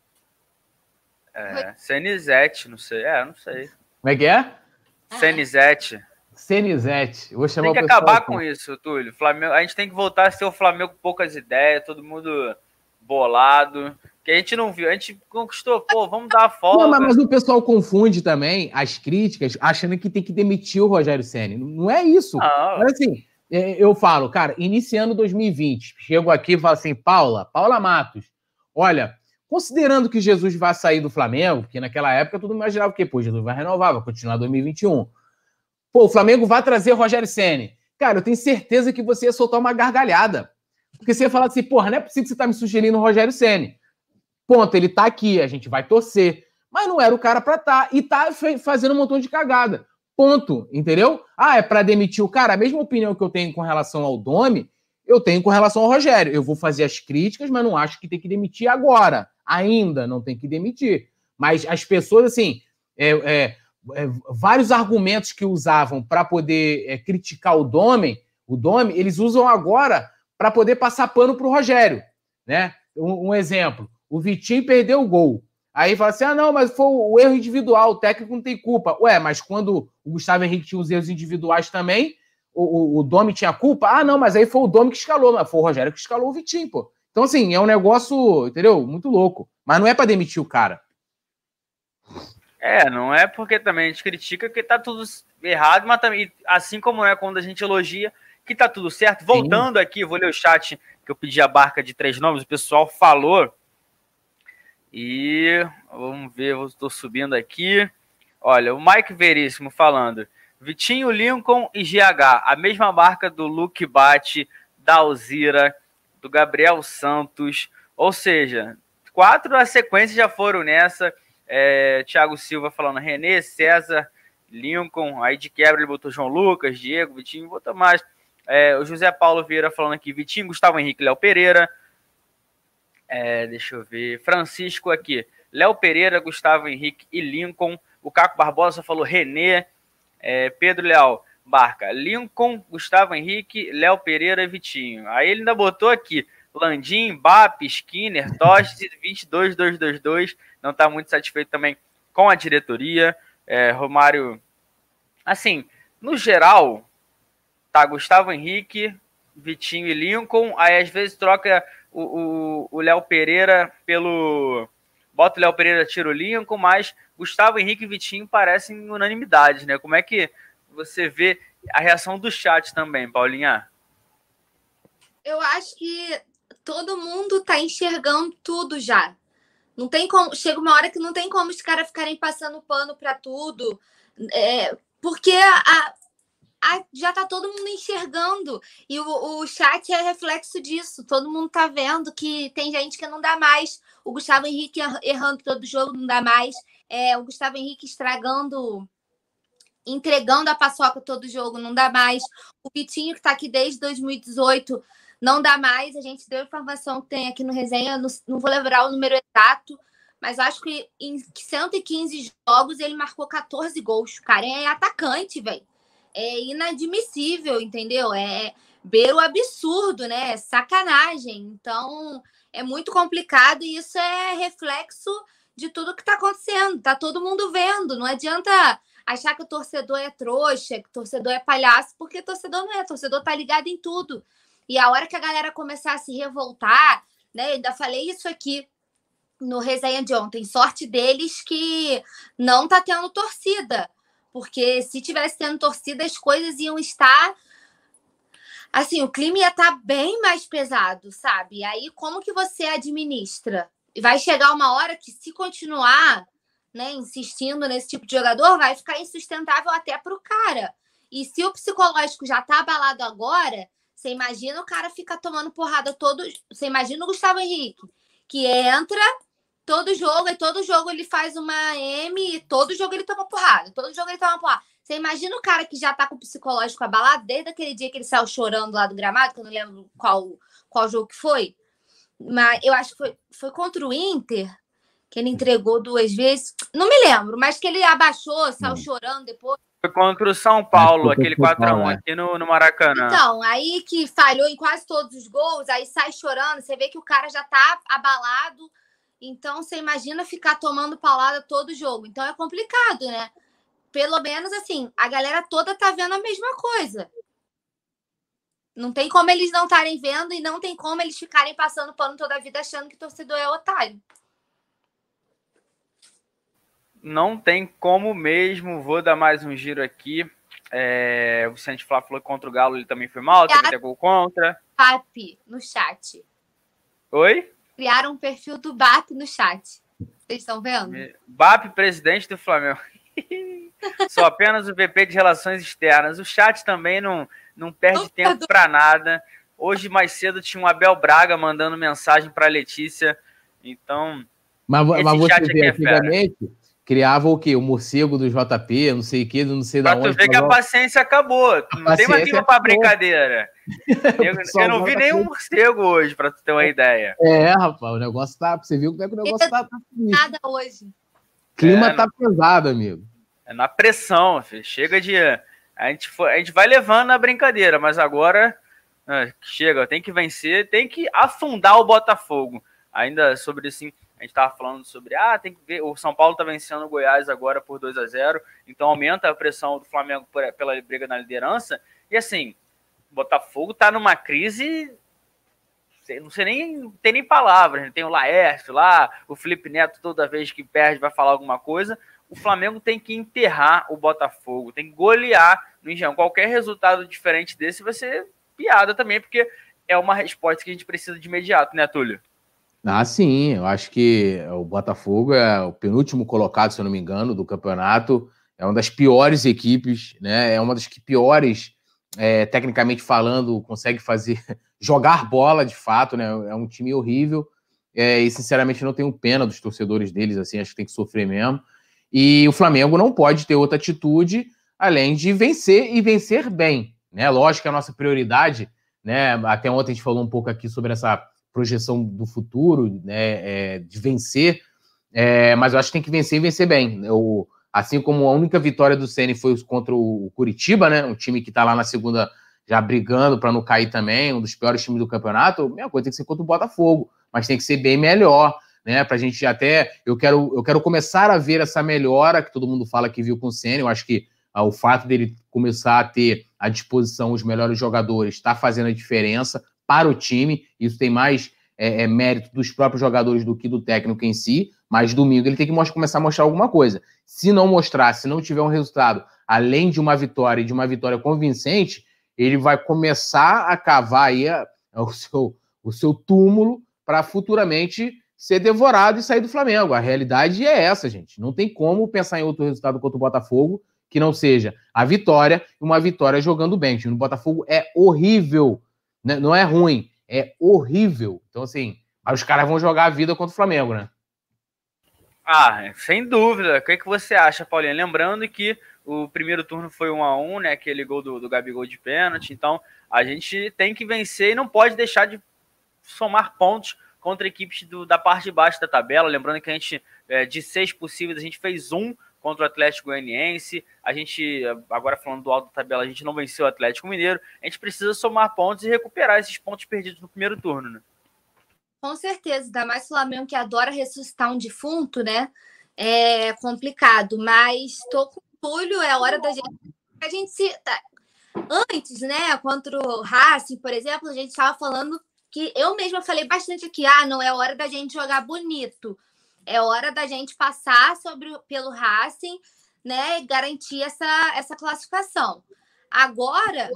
É, Cenizete, não sei, é, não sei. Como é que é? Cenizete. Cenizete. Eu vou chamar tem que acabar com isso, Túlio. Flamengo, a gente tem que voltar a ser o Flamengo com poucas ideias, todo mundo bolado. Que a gente não viu, a gente conquistou, pô, vamos dar a folga. Não, mas, mas o pessoal confunde também as críticas, achando que tem que demitir o Rogério Ceni. Não é isso. Não. Mas assim, eu falo, cara, iniciando dois mil e vinte, chego aqui e falo assim, Paula, Paula Matos, olha, considerando que Jesus vai sair do Flamengo, porque naquela época todo mundo imaginava que, pô, Jesus vai renovar, vai continuar dois mil e vinte e um. Pô, o Flamengo vai trazer o Rogério Ceni. Cara, eu tenho certeza que você ia soltar uma gargalhada. Porque você ia falar assim, porra, não é possível que você tá me sugerindo o Rogério Ceni. Ponto, ele tá aqui, a gente vai torcer. Mas não era o cara pra tá. E tá fazendo um montão de cagada. Ponto, entendeu? Ah, é pra demitir o cara? A mesma opinião que eu tenho com relação ao Domi, eu tenho com relação ao Rogério. Eu vou fazer as críticas, mas não acho que tem que demitir agora. Ainda não tem que demitir. Mas as pessoas, assim... É, é, É, vários argumentos que usavam para poder é, criticar o Domi, o Domi, eles usam agora para poder passar pano para o Rogério, né? Um, um exemplo, o Vitinho perdeu o gol. Aí fala assim, ah, não, mas foi o erro individual, o técnico não tem culpa. Ué, mas quando o Gustavo Henrique tinha os erros individuais também, o, o, o Domi tinha culpa? Ah, não, mas aí foi o Domi que escalou, mas foi o Rogério que escalou o Vitinho, pô. Então, assim, é um negócio, entendeu? Muito louco. Mas não é para demitir o cara. É, não é porque também a gente critica que tá tudo errado, mas também, assim como é quando a gente elogia que tá tudo certo. Voltando Sim. aqui, vou ler o chat que eu pedi a barca de três nomes, o pessoal falou. E vamos ver, eu estou subindo aqui. Olha, o Mike Veríssimo falando. Vitinho, Lincoln e G H, a mesma marca do Luke Bate, da Alzira, do Gabriel Santos. Ou seja, quatro da sequência já foram nessa. É, Thiago Silva falando René, César, Lincoln, aí de quebra ele botou João Lucas, Diego, Vitinho, botou mais. É, o José Paulo Vieira falando aqui, Vitinho, Gustavo Henrique, Léo Pereira. É, deixa eu ver, Francisco aqui, Léo Pereira, Gustavo Henrique e Lincoln. O Caco Barbosa falou René. É, Pedro Leal, Barca, Lincoln, Gustavo Henrique, Léo Pereira e Vitinho. Aí ele ainda botou aqui Landim, Bap, Skinner, Tostes, vinte e dois dois dois dois. Não está muito satisfeito também com a diretoria. É, Romário, assim, no geral, tá Gustavo Henrique, Vitinho e Lincoln. Aí às vezes troca o Léo Pereira pelo... Bota o Léo Pereira, tira o Lincoln, mas Gustavo Henrique e Vitinho parecem unanimidade, né? Como é que você vê a reação do chat também, Paulinha? Eu acho que todo mundo tá enxergando tudo já. Não tem como, chega uma hora que não tem como os caras ficarem passando pano para tudo, é, porque a, a, já tá todo mundo enxergando e o, o chat é reflexo disso. Todo mundo tá vendo que tem gente que não dá mais. O Gustavo Henrique errando todo jogo não dá mais. É, o Gustavo Henrique estragando, entregando a paçoca todo jogo não dá mais. O Vitinho que tá aqui desde dois mil e dezoito não dá mais. A gente deu a informação que tem aqui no resenha, não, não vou lembrar o número exato, mas acho que em cento e quinze jogos ele marcou catorze gols. O cara é atacante, velho. É inadmissível, entendeu? É beira o absurdo, né? É sacanagem. Então, é muito complicado e isso é reflexo de tudo que está acontecendo. Tá todo mundo vendo. Não adianta achar que o torcedor é trouxa, que o torcedor é palhaço, porque o torcedor não é. O torcedor tá ligado em tudo. E a hora que a galera começar a se revoltar, né? Eu ainda falei isso aqui no resenha de ontem. Sorte deles que não tá tendo torcida. Porque se tivesse tendo torcida, as coisas iam estar... Assim, o clima ia estar bem mais pesado, sabe? E aí, como que você administra? Vai chegar uma hora que, se continuar, né, insistindo nesse tipo de jogador, vai ficar insustentável até pro cara. E se o psicológico já tá abalado agora, você imagina o cara ficar tomando porrada todo... Você imagina o Gustavo Henrique, que entra todo jogo, e todo jogo ele faz uma M, e todo jogo ele toma porrada, todo jogo ele toma porrada. Você imagina o cara que já tá com o psicológico abalado desde aquele dia que ele saiu chorando lá do gramado, que eu não lembro qual, qual jogo que foi, mas eu acho que foi, foi contra o Inter, que ele entregou duas vezes, não me lembro, mas que ele abaixou, saiu hum. chorando depois. Foi contra o São Paulo, aquele quatro a um aqui no, no Maracanã. Então, aí que falhou em quase todos os gols, aí sai chorando, você vê que o cara já tá abalado, então você imagina ficar tomando paulada todo jogo. Então é complicado, né? Pelo menos, assim, a galera toda tá vendo a mesma coisa. Não tem como eles não estarem vendo e não tem como eles ficarem passando pano toda a vida achando que torcedor é otário. Não tem como mesmo. Vou dar mais um giro aqui. É, o Vicente Flá falou que contra o Galo ele também foi mal, teve até gol contra. B A P no chat. Oi? Criaram um perfil do B A P no chat. Vocês estão vendo? B A P, presidente do Flamengo. Sou apenas o V P de Relações Externas. O chat também não, não perde tempo para nada. Hoje, mais cedo, tinha um Abel Braga mandando mensagem para Letícia. Então, mas, mas você vê, antigamente, é criava o quê? O morcego do J P, não sei o quê, não sei da onde. Pra tu ver que a paciência acabou. A não paciência tem mais clima para brincadeira. Eu, eu não vi nenhum morcego hoje, para tu ter uma ideia. É, rapaz, o negócio tá... Você viu como é que o negócio tá... tá nada hoje. O clima é, tá pesado, amigo. É na pressão, filho. Chega de... A gente, foi, a gente vai levando na brincadeira, mas agora... Ah, chega, tem que vencer, tem que afundar o Botafogo. Ainda sobre assim, a gente tava falando sobre... Ah, tem que ver... O São Paulo tá vencendo o Goiás agora por dois a zero. Então aumenta a pressão do Flamengo pela briga na liderança. E assim, o Botafogo tá numa crise... Não sei nem, não tem nem palavras, tem o Laércio lá, o Felipe Neto toda vez que perde vai falar alguma coisa. O Flamengo tem que enterrar o Botafogo, tem que golear no Engenhão. Qualquer resultado diferente desse vai ser piada também, porque é uma resposta que a gente precisa de imediato, né, Túlio? Ah, sim, eu acho que o Botafogo é o penúltimo colocado, se eu não me engano, do campeonato, é uma das piores equipes, né? É uma das que piores, é, tecnicamente falando, consegue fazer... jogar bola, de fato, né? É um time horrível. É, e, sinceramente, não tenho pena dos torcedores deles, assim, acho que tem que sofrer mesmo. E o Flamengo não pode ter outra atitude além de vencer e vencer bem, né? Lógico que a nossa prioridade, né? Até ontem a gente falou um pouco aqui sobre essa projeção do futuro, né? É, de vencer, é, mas eu acho que tem que vencer e vencer bem. Eu, assim como a única vitória do Ceni foi contra o Curitiba, né? Um time que tá lá na segunda... já brigando para não cair também, um dos piores times do campeonato, a mesma coisa tem que ser contra o Botafogo, mas tem que ser bem melhor, né, pra gente até, eu quero, eu quero começar a ver essa melhora que todo mundo fala que viu com o Ceni. Eu acho que ah, o fato dele começar a ter à disposição os melhores jogadores está fazendo a diferença para o time, isso tem mais é, é, mérito dos próprios jogadores do que do técnico em si, mas domingo ele tem que mostrar, começar a mostrar alguma coisa. Se não mostrar, se não tiver um resultado, além de uma vitória e de uma vitória convincente, ele vai começar a cavar aí a, a, o, seu, o seu túmulo para futuramente ser devorado e sair do Flamengo. A realidade é essa, gente. Não tem como pensar em outro resultado contra o Botafogo que não seja a vitória e uma vitória jogando bem. O time do Botafogo é horrível. Né? Não é ruim, é horrível. Então, assim, aí os caras vão jogar a vida contra o Flamengo, né? Ah, sem dúvida. O que, é que você acha, Paulinho? Lembrando que o primeiro turno foi um a um, né? Aquele gol do, do Gabigol de pênalti. Então, a gente tem que vencer e não pode deixar de somar pontos contra equipes do, da parte de baixo da tabela. Lembrando que a gente, é, de seis possíveis, a gente fez um contra o Atlético Goianiense. A gente, agora falando do alto da tabela, a gente não venceu o Atlético Mineiro. A gente precisa somar pontos e recuperar esses pontos perdidos no primeiro turno, né? Com certeza, ainda mais o Flamengo que adora ressuscitar um defunto, né? É complicado, mas tô com o Túlio, é hora da gente. A gente se. Tá. Antes, né? Contra o Racing, por exemplo, a gente estava falando que eu mesma falei bastante aqui: ah, não é hora da gente jogar bonito, é hora da gente passar sobre, pelo Racing, né? E garantir essa, essa classificação. Agora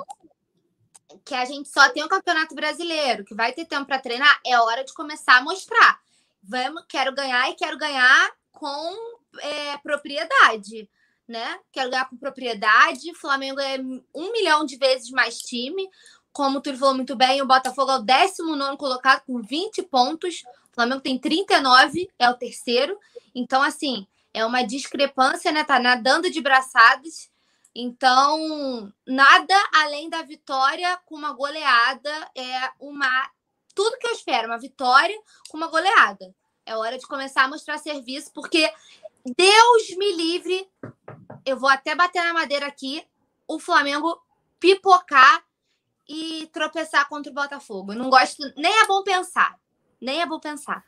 que a gente só tem o Campeonato Brasileiro, que vai ter tempo para treinar, é hora de começar a mostrar. Vamos, quero ganhar e quero ganhar com é, propriedade, né? Quero ganhar com propriedade. O Flamengo é um milhão de vezes mais time. Como o Túlio falou muito bem, o Botafogo é o décimo nono colocado com vinte pontos. O Flamengo tem trinta e nove, é o terceiro. Então, assim, é uma discrepância, né? Tá nadando de braçadas. Então, nada além da vitória com uma goleada é uma... Tudo que eu espero, uma vitória com uma goleada. É hora de começar a mostrar serviço, porque Deus me livre, eu vou até bater na madeira aqui, o Flamengo pipocar e tropeçar contra o Botafogo. Eu não gosto, nem é bom pensar, nem é bom pensar.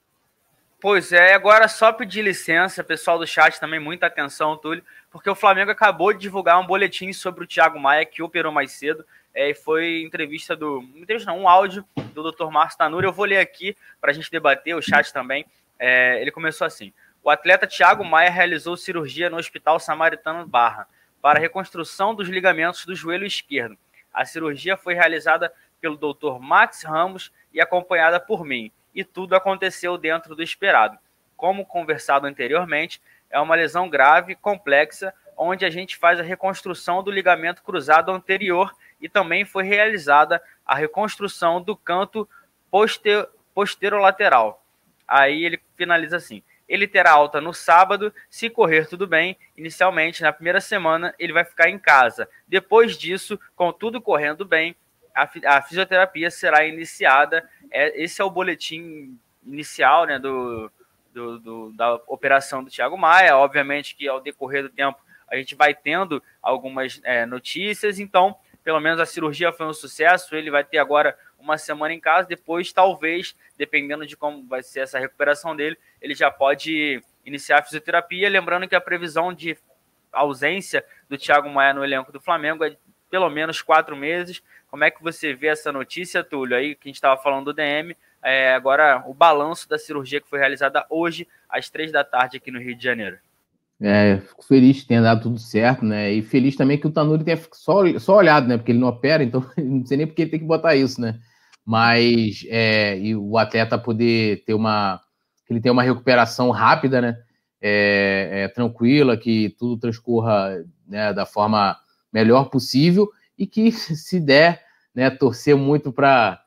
Pois é, agora só pedir licença, pessoal do chat também, muita atenção, Túlio, porque o Flamengo acabou de divulgar um boletim sobre o Thiago Maia, que operou mais cedo, é, foi entrevista do... Entrevista não, um áudio do doutor Márcio Tanuri, eu vou ler aqui para a gente debater, o chat também. É, ele começou assim: o atleta Thiago Maia realizou cirurgia no Hospital Samaritano Barra para reconstrução dos ligamentos do joelho esquerdo. A cirurgia foi realizada pelo doutor Max Ramos e acompanhada por mim. E tudo aconteceu dentro do esperado. Como conversado anteriormente, é uma lesão grave, complexa, onde a gente faz a reconstrução do ligamento cruzado anterior e também foi realizada a reconstrução do canto poster, posterolateral. Aí ele finaliza assim: ele terá alta no sábado, se correr tudo bem. Inicialmente, na primeira semana, ele vai ficar em casa. Depois disso, com tudo correndo bem, a, a fisioterapia será iniciada. É, esse é o boletim inicial, né, do, do, do, da operação do Thiago Maia. Obviamente que ao decorrer do tempo a gente vai tendo algumas é, notícias, então pelo menos a cirurgia foi um sucesso, ele vai ter agora uma semana em casa, depois talvez, dependendo de como vai ser essa recuperação dele, ele já pode iniciar a fisioterapia, lembrando que a previsão de ausência do Thiago Maia no elenco do Flamengo é de pelo menos quatro meses. Como é que você vê essa notícia, Túlio, aí que a gente estava falando do D M, é, agora o balanço da cirurgia que foi realizada hoje, às três da tarde, aqui no Rio de Janeiro? É, fico feliz que tenha dado tudo certo, né, e feliz também que o Tanuri tenha só, só olhado, né, porque ele não opera, então não sei nem porque ele tem que botar isso, né, mas é, e o atleta poder ter uma, que ele tenha uma recuperação rápida, né, é, é, tranquila, que tudo transcorra, né, da forma melhor possível, e que, se der, né, torcer muito para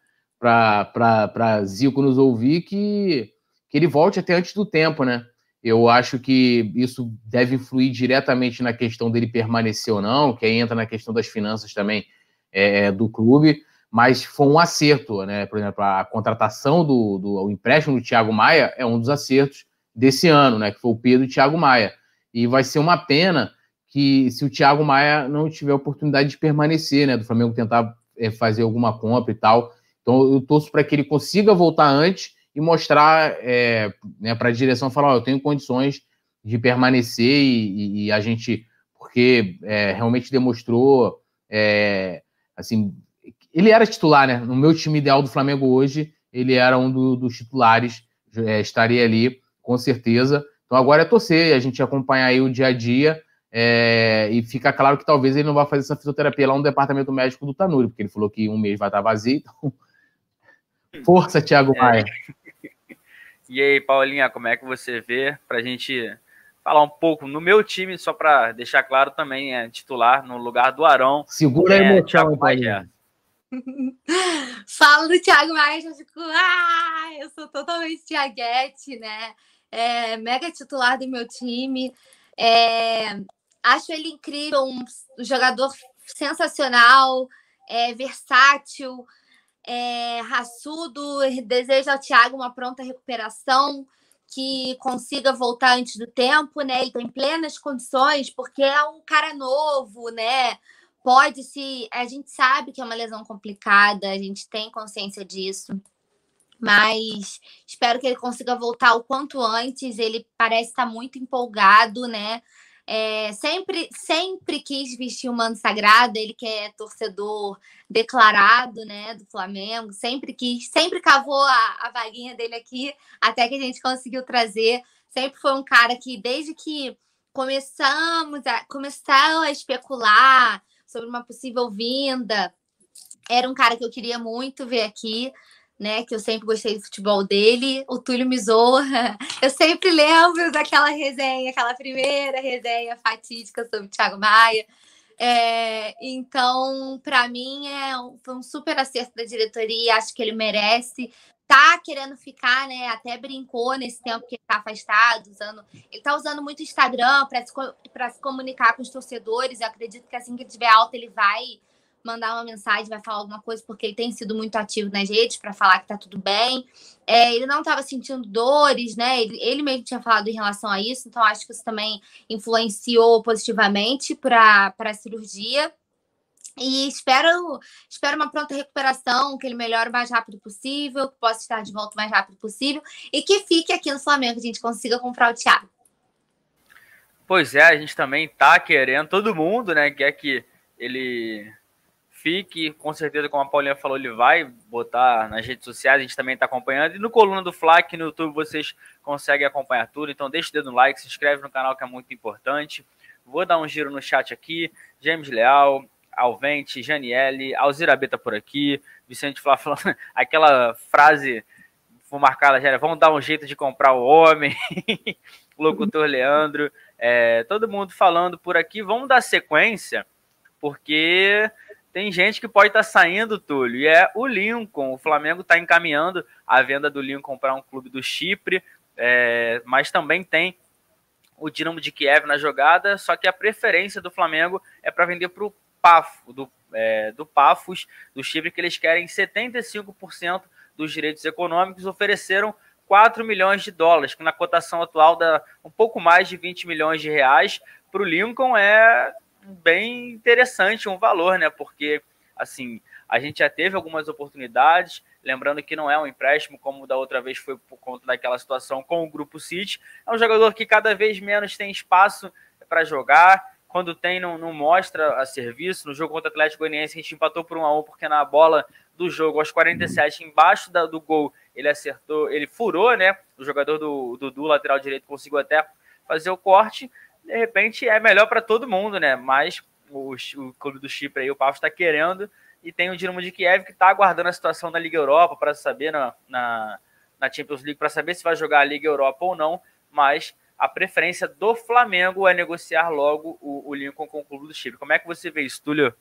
para Zico nos ouvir, que, que ele volte até antes do tempo, né? Eu acho que isso deve influir diretamente na questão dele permanecer ou não, que aí entra na questão das finanças também é, do clube, mas foi um acerto, né? Por exemplo, a contratação do, do o empréstimo do Thiago Maia é um dos acertos desse ano, né? Que foi o Pedro e o Thiago Maia. E vai ser uma pena que se o Thiago Maia não tiver oportunidade de permanecer, né, do Flamengo tentar é, fazer alguma compra e tal. Então eu torço para que ele consiga voltar antes e mostrar é, né, para a direção, falar, ó, eu tenho condições de permanecer e, e, e a gente, porque é, realmente demonstrou, é, assim, ele era titular, né, no meu time ideal do Flamengo hoje, ele era um do, dos titulares, é, estaria ali, com certeza. Então agora é torcer, a gente acompanhar aí o dia a dia. É, e fica claro que talvez ele não vá fazer essa fisioterapia lá no departamento médico do Tanuri, porque ele falou que um mês vai estar vazio, então força, Thiago Maia. É. E aí, Paulinha, como é que você vê, para a gente falar um pouco no meu time, só para deixar claro também, é titular no lugar do Arão. Segura é, a emoção, Paulinha. Falo do Thiago Maia, já fico, ah, eu sou totalmente Thiaguete, né, é, mega titular do meu time. É, acho ele incrível, um jogador sensacional, é, versátil, é, raçudo. Desejo ao Thiago uma pronta recuperação, que consiga voltar antes do tempo, né? Ele tem plenas condições, porque é um cara novo, né? Pode se... A gente sabe que é uma lesão complicada, a gente tem consciência disso. mas espero que ele consiga voltar o quanto antes. Ele parece estar muito empolgado, né? É, sempre, sempre quis vestir o manto sagrado, ele que é torcedor declarado, né, do Flamengo, sempre quis, sempre cavou a, a vaguinha dele aqui, até que a gente conseguiu trazer. Sempre foi um cara que, desde que começamos a, começaram a especular sobre uma possível vinda, era um cara que eu queria muito ver aqui, né, que eu sempre gostei do futebol dele. O Túlio me zoa. Eu sempre lembro daquela resenha, aquela primeira resenha fatídica sobre o Thiago Maia. É, então, para mim, é um, foi um super acerto da diretoria. Acho que ele merece. Tá querendo ficar, né? Até brincou nesse tempo que ele tá afastado, usando. Ele tá usando muito o Instagram para se, para se comunicar com os torcedores. Eu acredito que assim que ele tiver alta, ele vai mandar uma mensagem, vai falar alguma coisa, porque ele tem sido muito ativo nas redes para falar que tá tudo bem. É, ele não estava sentindo dores, né? Ele, ele mesmo tinha falado em relação a isso, então acho que isso também influenciou positivamente para a cirurgia. E espero, espero uma pronta recuperação, que ele melhore o mais rápido possível, que possa estar de volta o mais rápido possível e que fique aqui no Flamengo, que a gente consiga comprar o Thiago. Pois é, a gente também tá querendo, todo mundo, né, quer que ele fique, com certeza, como a Paulinha falou, ele vai botar nas redes sociais, a gente também está acompanhando, e no Coluna do Fla, aqui no YouTube, vocês conseguem acompanhar tudo, então deixa o dedo no like, se inscreve no canal, que é muito importante. Vou dar um giro no chat aqui, James Leal, Alvente, Janiele, Alzira B tá por aqui, Vicente Flá falando aquela frase, vou marcar já, vamos dar um jeito de comprar o homem, o locutor Leandro, é, todo mundo falando por aqui, vamos dar sequência, porque tem gente que pode estar saindo, Túlio, e é o Lincoln. O Flamengo está encaminhando a venda do Lincoln para um clube do Chipre, é, mas também tem o Dinamo de Kiev na jogada, só que a preferência do Flamengo é para vender para o Pafos, do, é, do Pafos, do Chipre, que eles querem setenta e cinco por cento dos direitos econômicos, ofereceram quatro milhões de dólares, que na cotação atual dá um pouco mais de vinte milhões de reais. Para o Lincoln é bem interessante um valor, né? Porque, assim, a gente já teve algumas oportunidades, lembrando que não é um empréstimo como da outra vez foi por conta daquela situação com o Grupo City. É um jogador que cada vez menos tem espaço para jogar, quando tem não, não mostra a serviço. No jogo contra o Atlético Goianiense a gente empatou por um a um, porque na bola do jogo, aos quarenta e sete, embaixo da, do gol, ele acertou, ele furou, né? O jogador do Dudu, lateral direito, conseguiu até fazer o corte. De repente é melhor para todo mundo, né? Mas o, o clube do Chipre aí, o Pafos, está querendo, e tem o Dinamo de Kiev que está aguardando a situação da Liga Europa para saber na, na, na Champions League, para saber se vai jogar a Liga Europa ou não, mas a preferência do Flamengo é negociar logo o, o Lincoln com o clube do Chipre. Como é que você vê isso, Túlio?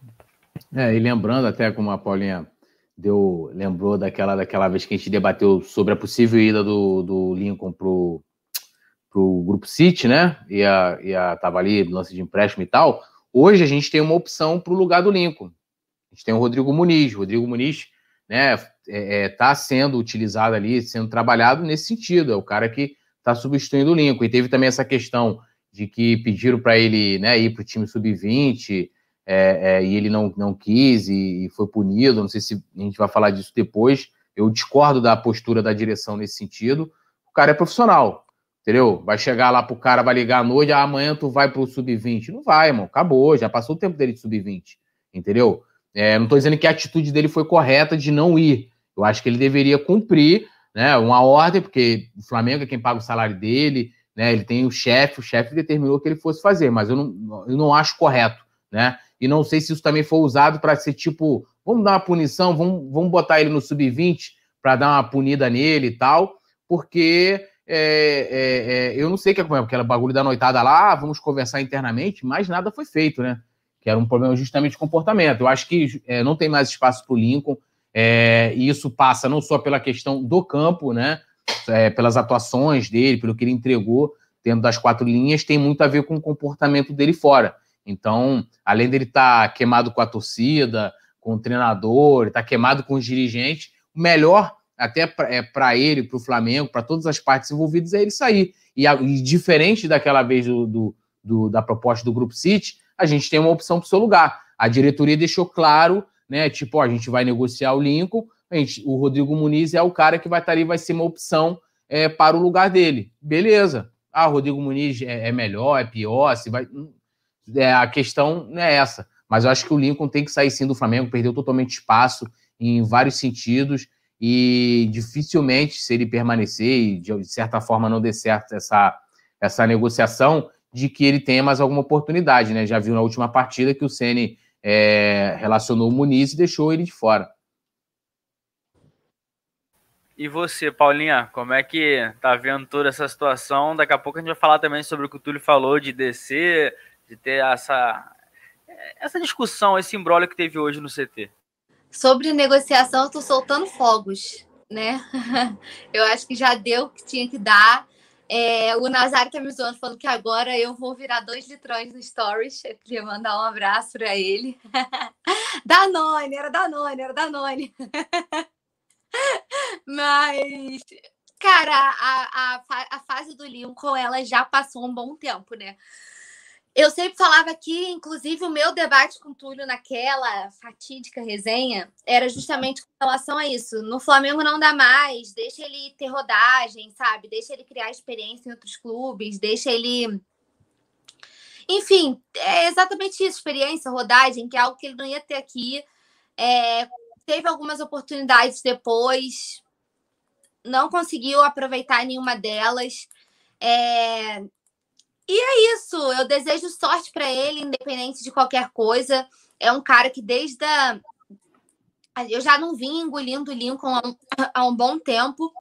É, e lembrando até como a Paulinha deu, lembrou daquela, daquela vez que a gente debateu sobre a possível ida do, do Lincoln pro pro Grupo City, né, e a, e a tava ali, lance de empréstimo e tal. Hoje a gente tem uma opção para o lugar do Lincoln. A gente tem o Rodrigo Muniz. O Rodrigo Muniz, né, é, é, tá sendo utilizado ali, sendo trabalhado nesse sentido. É o cara que está substituindo o Lincoln. E teve também essa questão de que pediram para ele, né, ir para o time sub vinte, é, é, e ele não, não quis e, e foi punido. Não sei se a gente vai falar disso depois. Eu discordo da postura da direção nesse sentido. O cara é profissional. Entendeu? Vai chegar lá pro cara, vai ligar à noite, ah, amanhã tu vai pro sub vinte. Não vai, irmão. Acabou, já passou o tempo dele de sub vinte. Entendeu? É, não tô dizendo que a atitude dele foi correta de não ir. Eu acho que ele deveria cumprir, né, uma ordem, porque o Flamengo é quem paga o salário dele, né? Ele tem o chefe, o chefe determinou que ele fosse fazer, mas eu não, eu não acho correto, né? E não sei se isso também foi usado para ser tipo, vamos dar uma punição, vamos, vamos botar ele no sub vinte para dar uma punida nele e tal, porque É, é, é, eu não sei o que é, porque aquele bagulho da noitada lá, vamos conversar internamente, mas nada foi feito, né? Que era um problema justamente de comportamento. Eu acho que é, não tem mais espaço para o Lincoln, é, e isso passa não só pela questão do campo, né? É, pelas atuações dele, pelo que ele entregou dentro das quatro linhas, tem muito a ver com o comportamento dele fora. Então, além dele estar tá queimado com a torcida, com o treinador, ele está queimado com os dirigentes, o melhor até para ele, para o Flamengo, para todas as partes envolvidas, é ele sair. E, e diferente daquela vez do, do, do, da proposta do Grupo City, a gente tem uma opção para o seu lugar. A diretoria deixou claro, né, tipo, ó, a gente vai negociar o Lincoln, gente, o Rodrigo Muniz é o cara que vai estar ali, vai ser uma opção é, para o lugar dele. Beleza. Ah, o Rodrigo Muniz é, é melhor, é pior, se vai... É, a questão não é essa. Mas eu acho que o Lincoln tem que sair sim do Flamengo, perdeu totalmente espaço em vários sentidos e dificilmente, se ele permanecer e de certa forma não der certo essa, essa negociação, de que ele tenha mais alguma oportunidade, né? Já viu na última partida que o Ceni é, relacionou o Muniz e deixou ele de fora. E você, Paulinha, como é que tá vendo toda essa situação? Daqui a pouco a gente vai falar também sobre o que o Túlio falou de descer, de ter essa, essa discussão, esse imbróglio que teve hoje no C T. Sobre negociação, eu tô soltando fogos, né? Eu acho que já deu o que tinha que dar. É, o Nazário tá me zoando, falando que agora eu vou virar dois litrões no Stories. Eu queria mandar um abraço para ele. Danone, era Danone, era Danone. Mas, cara, a, a, a fase do Lincoln, ela já passou um bom tempo, né? Eu sempre falava que, inclusive, o meu debate com o Túlio naquela fatídica resenha era justamente com relação a isso. No Flamengo não dá mais, deixa ele ter rodagem, sabe? Deixa ele criar experiência em outros clubes, deixa ele... Enfim, é exatamente isso, experiência, rodagem, que é algo que ele não ia ter aqui. É... Teve algumas oportunidades depois, não conseguiu aproveitar nenhuma delas. É... E é isso, eu desejo sorte para ele, independente de qualquer coisa. É um cara que desde a... Eu já não vim engolindo o Lincoln há um, há um bom tempo.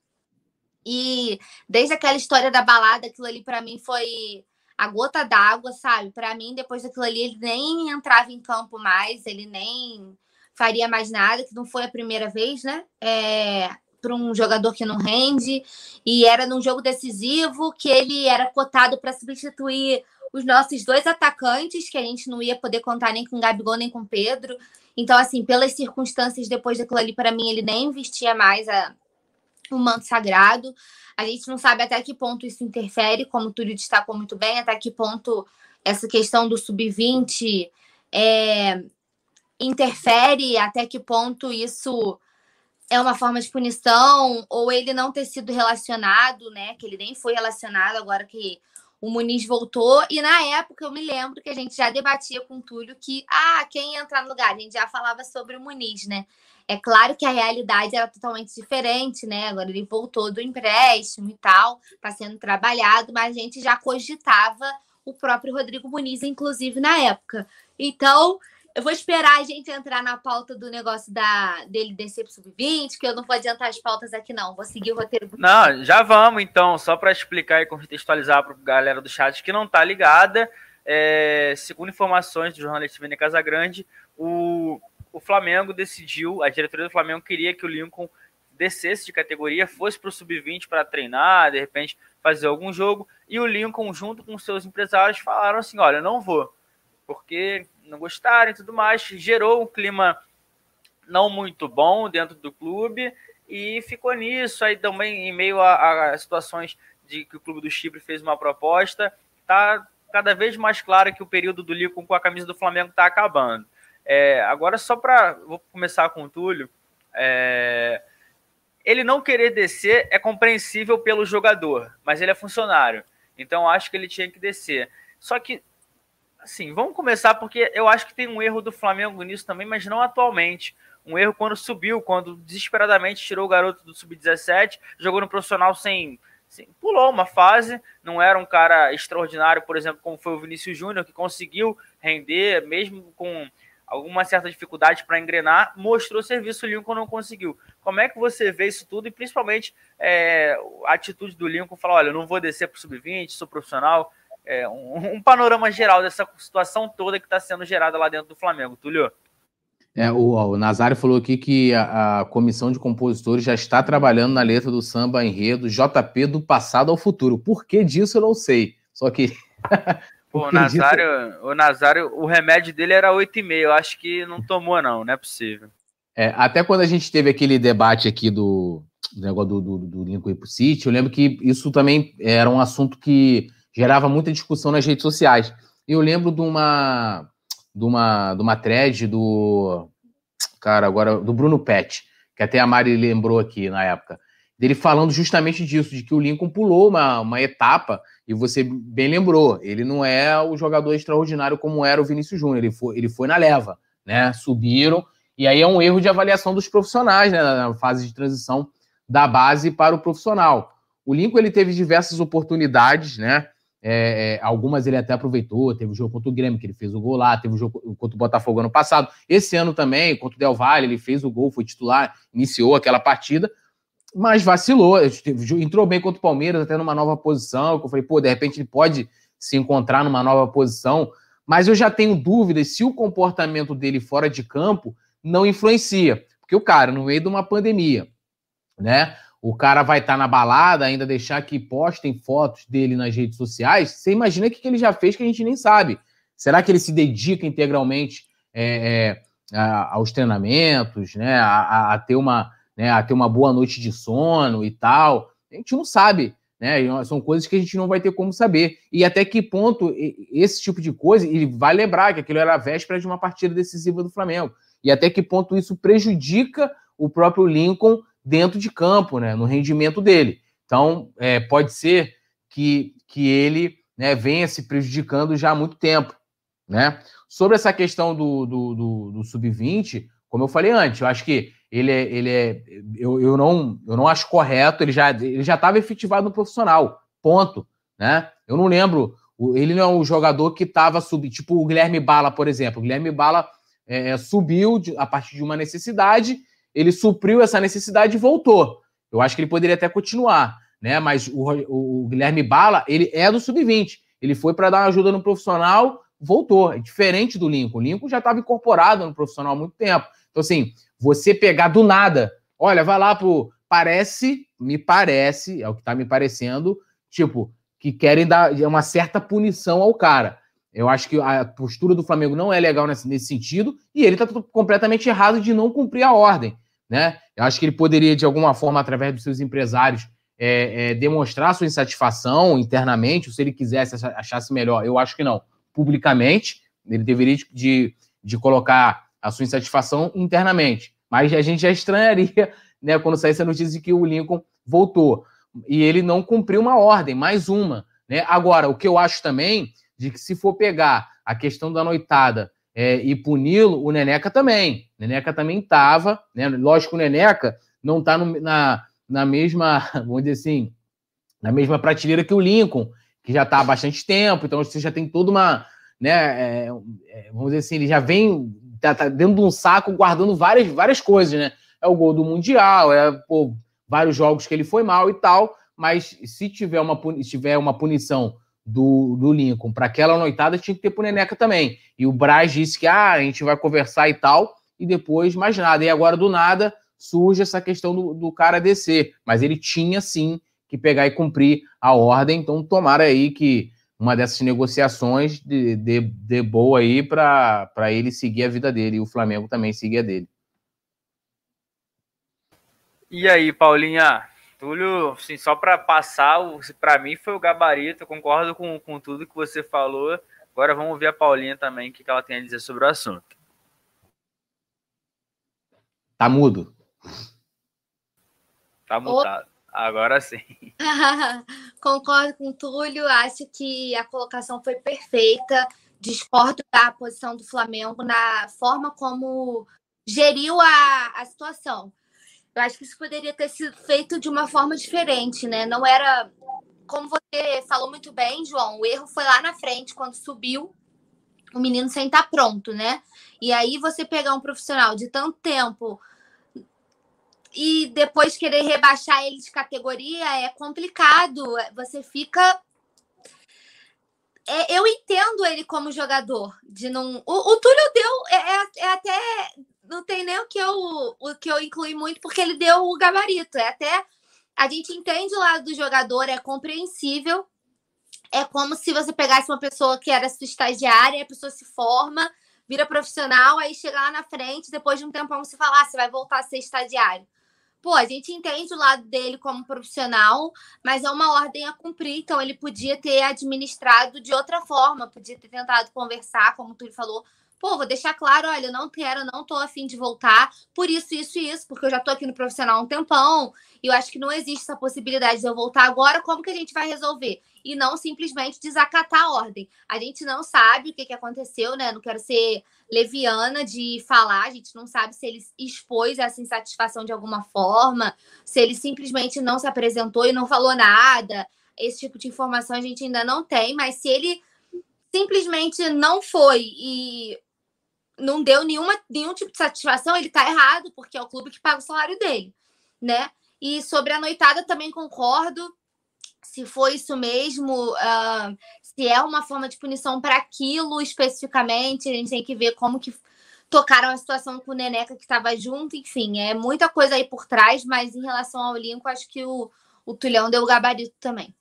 E desde aquela história da balada, aquilo ali para mim foi a gota d'água, sabe? Para mim, depois daquilo ali, ele nem entrava em campo mais, ele nem faria mais nada, que não foi a primeira vez, né? É... para um jogador que não rende, e era num jogo decisivo que ele era cotado para substituir os nossos dois atacantes, que a gente não ia poder contar nem com o Gabigol nem com o Pedro. Então, assim, pelas circunstâncias depois daquilo ali, para mim, ele nem vestia mais a, o manto sagrado. A gente não sabe até que ponto isso interfere, como o Túlio destacou muito bem, até que ponto essa questão do sub vinte é, interfere, até que ponto isso... é uma forma de punição, ou ele não ter sido relacionado, né? Que ele nem foi relacionado agora que o Muniz voltou. E na época eu me lembro que a gente já debatia com o Túlio que, ah, quem ia entrar no lugar? A gente já falava sobre o Muniz, né? É claro que a realidade era totalmente diferente, né? Agora ele voltou do empréstimo e tal, tá sendo trabalhado, mas a gente já cogitava o próprio Rodrigo Muniz, inclusive, na época. Então... eu vou esperar a gente entrar na pauta do negócio da, dele descer pro sub vinte, que eu não vou adiantar as pautas aqui, não. Vou seguir o roteiro. Não, já vamos, então. Só para explicar e contextualizar para a galera do chat que não tá ligada, é, segundo informações do jornalista Vini Casagrande, o, o Flamengo decidiu, a diretoria do Flamengo queria que o Lincoln descesse de categoria, fosse pro sub vinte para treinar, de repente fazer algum jogo, e o Lincoln, junto com seus empresários, falaram assim, olha, não vou, porque... não gostaram e tudo mais, gerou um clima não muito bom dentro do clube e ficou nisso, aí também em meio a, a situações de que o Clube do Chipre fez uma proposta, tá cada vez mais claro que o período do Lincoln com a camisa do Flamengo está acabando. É, agora só para, vou começar com o Túlio, é, ele não querer descer é compreensível pelo jogador, mas ele é funcionário, então acho que ele tinha que descer, só que assim, vamos começar porque eu acho que tem um erro do Flamengo nisso também, mas não atualmente. Um erro quando subiu, quando desesperadamente tirou o garoto do sub dezessete, jogou no profissional sem, sem... pulou uma fase, não era um cara extraordinário, por exemplo, como foi o Vinícius Júnior, que conseguiu render, mesmo com alguma certa dificuldade para engrenar, mostrou serviço, o Lincoln não conseguiu. Como é que você vê isso tudo e principalmente é, a atitude do Lincoln, falar, olha, eu não vou descer para o sub vinte, sou profissional... É, um, um panorama geral dessa situação toda que está sendo gerada lá dentro do Flamengo. Túlio? É, o, o Nazário falou aqui que a, a comissão de compositores já está trabalhando na letra do samba enredo J P do passado ao futuro. Por que disso eu não sei. Só que... Pô, o, Nazário, disso... o Nazário, o remédio dele era oito e meio. Eu acho que não tomou, não. Não é possível. É, até quando a gente teve aquele debate aqui do, do negócio do, do, do Lincoln ir pro City, eu lembro que isso também era um assunto que gerava muita discussão nas redes sociais. Eu lembro de uma, de uma, de uma thread do... Cara, agora... Do Bruno Pet, que até a Mari lembrou aqui na época, dele falando justamente disso, de que o Lincoln pulou uma, uma etapa, e você bem lembrou, ele não é o jogador extraordinário como era o Vinícius Júnior, ele foi, ele foi na leva, né? Subiram, e aí é um erro de avaliação dos profissionais, né? Na fase de transição da base para o profissional. O Lincoln, ele teve diversas oportunidades, né? É, é, algumas ele até aproveitou, teve o jogo contra o Grêmio, que ele fez o gol lá, teve o jogo contra o Botafogo ano passado, esse ano também, contra o Del Valle, ele fez o gol, foi titular, iniciou aquela partida, mas vacilou, entrou bem contra o Palmeiras, até numa nova posição, que eu falei, pô, de repente ele pode se encontrar numa nova posição, mas eu já tenho dúvidas se o comportamento dele fora de campo não influencia, porque o cara, no meio de uma pandemia, né, o cara vai estar tá na balada, ainda deixar que postem fotos dele nas redes sociais, você imagina o que ele já fez que a gente nem sabe. Será que ele se dedica integralmente é, é, a, aos treinamentos, né, a, a, a ter uma... Né, a ter uma boa noite de sono e tal, a gente não sabe, né? São coisas que a gente não vai ter como saber. E até que ponto esse tipo de coisa, e vai lembrar que aquilo era a véspera de uma partida decisiva do Flamengo, e até que ponto isso prejudica o próprio Lincoln dentro de campo, né, no rendimento dele. Então, é, pode ser que, que ele, né, venha se prejudicando já há muito tempo, né? Sobre essa questão do, do, do, do sub vinte, como eu falei antes, eu acho que ele é, ele é eu, eu, não, eu não acho correto, ele já ele já estava efetivado no profissional, ponto, né? Eu não lembro, ele não é um jogador que estava subindo, tipo o Guilherme Bala, por exemplo. O Guilherme Bala é, subiu de, a partir de uma necessidade, ele supriu essa necessidade e voltou. Eu acho que ele poderia até continuar, né? Mas o, o, o Guilherme Bala, ele é do sub vinte, ele foi para dar uma ajuda no profissional, voltou, é diferente do Lincoln. O Lincoln já estava incorporado no profissional há muito tempo. Então, assim, você pegar do nada, olha, vai lá pro... Parece, me parece, é o que tá me parecendo, tipo, que querem dar uma certa punição ao cara. Eu acho que a postura do Flamengo não é legal nesse, nesse sentido, e ele tá completamente errado de não cumprir a ordem, né? Eu acho que ele poderia, de alguma forma, através dos seus empresários, é, é, demonstrar sua insatisfação internamente, ou se ele quisesse, achasse melhor. Eu acho que não. Publicamente, ele deveria de, de colocar a sua insatisfação internamente. Mas a gente já estranharia, né, quando saísse a notícia de que o Lincoln voltou. E ele não cumpriu uma ordem, mais uma, né? Agora, o que eu acho também, de que se for pegar a questão da noitada é, e puni-lo, o Neneca também. O Neneca também estava, né? Lógico que o Neneca não está na, na mesma, vamos dizer assim, na mesma prateleira que o Lincoln, que já está há bastante tempo, então você já tem toda uma, né, é, é, vamos dizer assim, ele já vem... Tá, tá dentro de um saco guardando várias, várias coisas, né? É o gol do Mundial, é pô, vários jogos que ele foi mal e tal, mas se tiver uma, se tiver uma punição do, do Lincoln para aquela noitada, tinha que ter pro Neneca também. E o Braz disse que ah, a gente vai conversar e tal, e depois mais nada. E agora, do nada, surge essa questão do, do cara descer. Mas ele tinha, sim, que pegar e cumprir a ordem, então tomara aí que uma dessas negociações de, de, de boa aí para ele seguir a vida dele e o Flamengo também seguir a dele. E aí, Paulinha? Túlio, assim, só para passar, para mim foi o gabarito, eu concordo com, com tudo que você falou. Agora vamos ouvir a Paulinha também, o que ela tem a dizer sobre o assunto. Tá mudo. Tá mutado. Oh. Agora sim. Concordo com o Túlio, acho que a colocação foi perfeita. Discordo da posição do Flamengo na forma como geriu a, a situação. Eu acho que isso poderia ter sido feito de uma forma diferente, né? Não era, como você falou muito bem, João, o erro foi lá na frente, quando subiu o menino sem estar pronto, né? E aí você pegar um profissional de tanto tempo e depois querer rebaixar ele de categoria é complicado. Você fica... É, eu entendo ele como jogador. De não... o, o Túlio deu... É, é, é até... Não tem nem o que, eu, o que eu incluí muito, porque ele deu o gabarito. É até... A gente entende o lado do jogador, é compreensível. É como se você pegasse uma pessoa que era sua estagiária, a pessoa se forma, vira profissional, aí chega lá na frente, depois de um tempão você fala, ah, você vai voltar a ser estagiário. pô, a gente entende o lado dele como profissional, mas é uma ordem a cumprir, então ele podia ter administrado de outra forma, podia ter tentado conversar, como tu falou. Pô, vou deixar claro, olha, eu não quero, não tô afim de voltar, por isso, isso e isso, porque eu já tô aqui no profissional há um tempão, e eu acho que não existe essa possibilidade de eu voltar agora, como que a gente vai resolver? E não simplesmente desacatar a ordem. A gente não sabe o que, que aconteceu, né? Não quero ser leviana de falar, a gente não sabe se ele expôs essa insatisfação de alguma forma, se ele simplesmente não se apresentou e não falou nada. Esse tipo de informação a gente ainda não tem, mas se ele simplesmente não foi e não deu nenhuma, nenhum tipo de satisfação, ele tá errado, porque é o clube que paga o salário dele, né? E sobre a noitada também concordo. Se foi isso mesmo, uh, se é uma forma de punição para aquilo especificamente, a gente tem que ver como que tocaram a situação com o Neneca que estava junto, enfim, é muita coisa aí por trás, mas em relação ao Lincoln, acho que o, o Tulhão deu o gabarito também.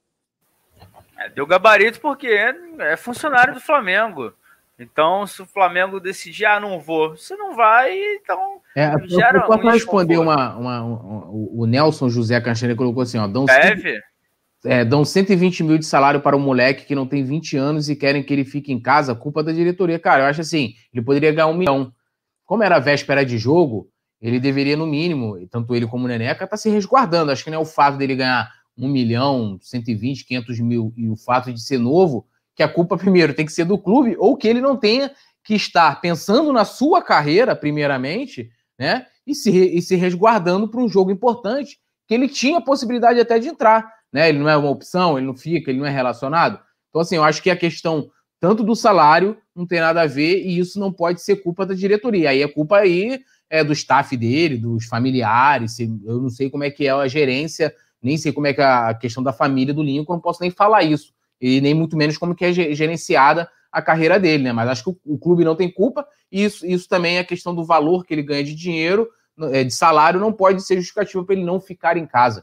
É, deu gabarito porque é funcionário do Flamengo. Então, se o Flamengo decidir, ah, não vou, você não vai, então é, gera eu posso um responder uma, uma, uma, o Nelson José Canchane colocou assim, ó, dão Deve? É, dão cento e vinte mil de salário para um moleque que não tem vinte anos e querem que ele fique em casa, culpa da diretoria. Cara, eu acho assim, ele poderia ganhar um milhão. Como era véspera de jogo, ele deveria, no mínimo, tanto ele como o Neneca, tá se resguardando. Acho que não é o fato dele ganhar um milhão, cento e vinte, quinhentos mil e o fato de ser novo, que a culpa, primeiro, tem que ser do clube, ou que ele não tenha que estar pensando na sua carreira, primeiramente, né, e se, e se resguardando para um jogo importante, que ele tinha a possibilidade até de entrar. Né? Ele não é uma opção, ele não fica, ele não é relacionado. Então, assim, eu acho que a questão tanto do salário não tem nada a ver e isso não pode ser culpa da diretoria. Aí é culpa aí é, do staff dele, dos familiares, eu não sei como é que é a gerência, nem sei como é que é a questão da família do Lincoln, não posso nem falar isso. E nem muito menos como que é gerenciada a carreira dele, né? Mas acho que o, o clube não tem culpa e isso, isso também é a questão do valor que ele ganha de dinheiro, de salário, não pode ser justificativa para ele não ficar em casa.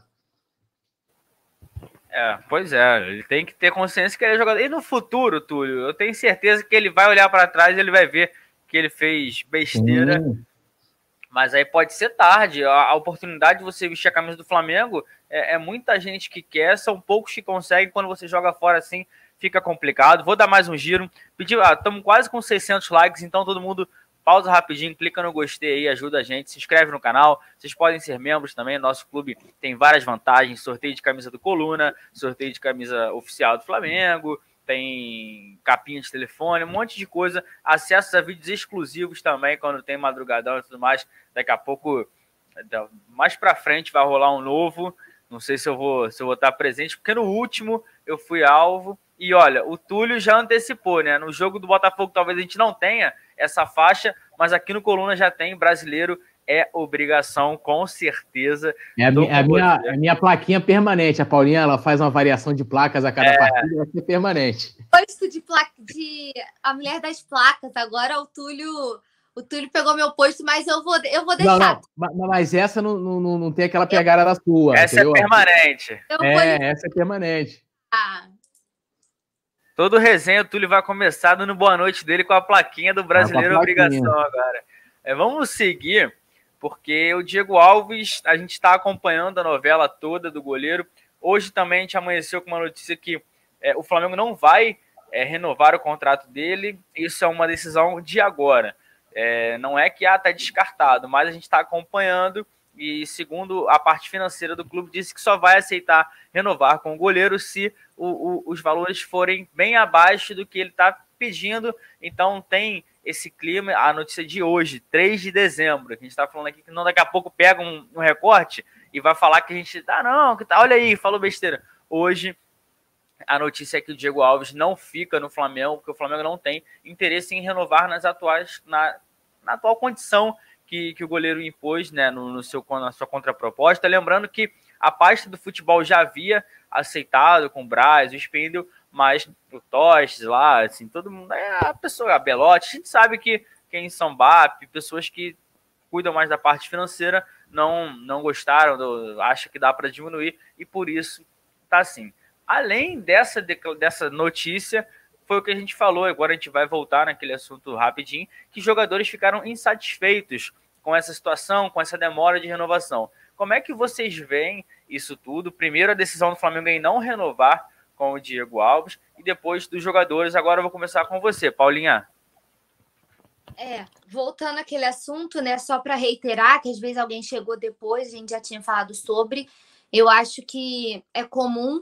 É, pois é, ele tem que ter consciência que ele é jogador. E no futuro, Túlio, eu tenho certeza que ele vai olhar para trás e ele vai ver que ele fez besteira. Hum. Mas aí pode ser tarde. A, a oportunidade de você vestir a camisa do Flamengo é, é muita gente que quer, são poucos que conseguem. Quando você joga fora assim, fica complicado. Vou dar mais um giro. Pedir, ah, estamos quase com seiscentos likes, então todo mundo pausa rapidinho, clica no gostei aí, ajuda a gente, se inscreve no canal, vocês podem ser membros também, nosso clube tem várias vantagens, sorteio de camisa do Coluna, sorteio de camisa oficial do Flamengo, tem capinha de telefone, um monte de coisa, acessos a vídeos exclusivos também, quando tem madrugadão e tudo mais, daqui a pouco, mais pra frente vai rolar um novo, não sei se eu vou, se eu vou estar presente, porque no último eu fui alvo, e olha, o Túlio já antecipou, né, no jogo do Botafogo talvez a gente não tenha essa faixa, mas aqui no Coluna já tem, brasileiro é obrigação, com certeza. É a, minha, a, minha, a minha plaquinha permanente, a Paulinha, ela faz uma variação de placas a cada é... partida, vai ser permanente. Posto de placa, de a mulher das placas, agora o Túlio, o Túlio pegou meu posto, mas eu vou, eu vou deixar. Não, não, mas essa não, não, não tem aquela pegada eu... da sua. Essa entendeu? É permanente. Eu é, vou... essa é permanente. Ah. Todo resenha, o Túlio vai começar dando boa noite dele com a plaquinha do Brasileiro ah, Obrigação agora. É, vamos seguir, porque o Diego Alves, a gente está acompanhando a novela toda do goleiro. Hoje também a gente amanheceu com uma notícia que é, o Flamengo não vai é, renovar o contrato dele. Isso é uma decisão de agora. É, não é que ah, está descartado, mas a gente está acompanhando e, segundo a parte financeira do clube, disse que só vai aceitar renovar com o goleiro se o, o, os valores forem bem abaixo do que ele está pedindo. Então tem esse clima, a notícia de hoje, três de dezembro, que a gente está falando aqui, que não daqui a pouco pega um, um recorte e vai falar que a gente, ah não, que tá, olha aí, falou besteira. Hoje a notícia é que o Diego Alves não fica no Flamengo, porque o Flamengo não tem interesse em renovar nas atuais, na, na atual condição que, que o goleiro impôs, né, no, no seu, na sua contraproposta. Lembrando que a pasta do futebol já havia aceitado com o Braz, o Spindle, mas o Tostes lá, assim, todo mundo, é a pessoa, a Belotti, a gente sabe que quem são B A P, pessoas que cuidam mais da parte financeira, não, não gostaram, do, acham que dá para diminuir, e por isso tá assim. Além dessa, dessa notícia, foi o que a gente falou, agora a gente vai voltar naquele assunto rapidinho, que jogadores ficaram insatisfeitos com essa situação, com essa demora de renovação. Como é que vocês veem isso tudo? Primeiro, a decisão do Flamengo em não renovar com o Diego Alves e depois dos jogadores. Agora eu vou começar com você, Paulinha. É, voltando àquele assunto, né, só para reiterar, que às vezes alguém chegou depois, a gente já tinha falado sobre, eu acho que é comum,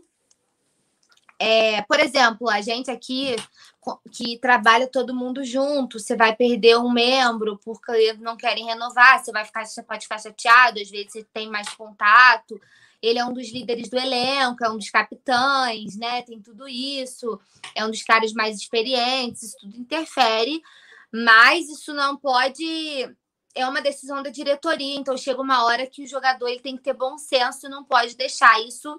é, por exemplo, a gente aqui que trabalha todo mundo junto, você vai perder um membro porque não querem renovar, você vai ficar, você pode ficar chateado, às vezes você tem mais contato, ele é um dos líderes do elenco, é um dos capitães, né, tem tudo isso, é um dos caras mais experientes, isso tudo interfere. Mas isso não pode... É uma decisão da diretoria. Então, chega uma hora que o jogador ele tem que ter bom senso e não pode deixar isso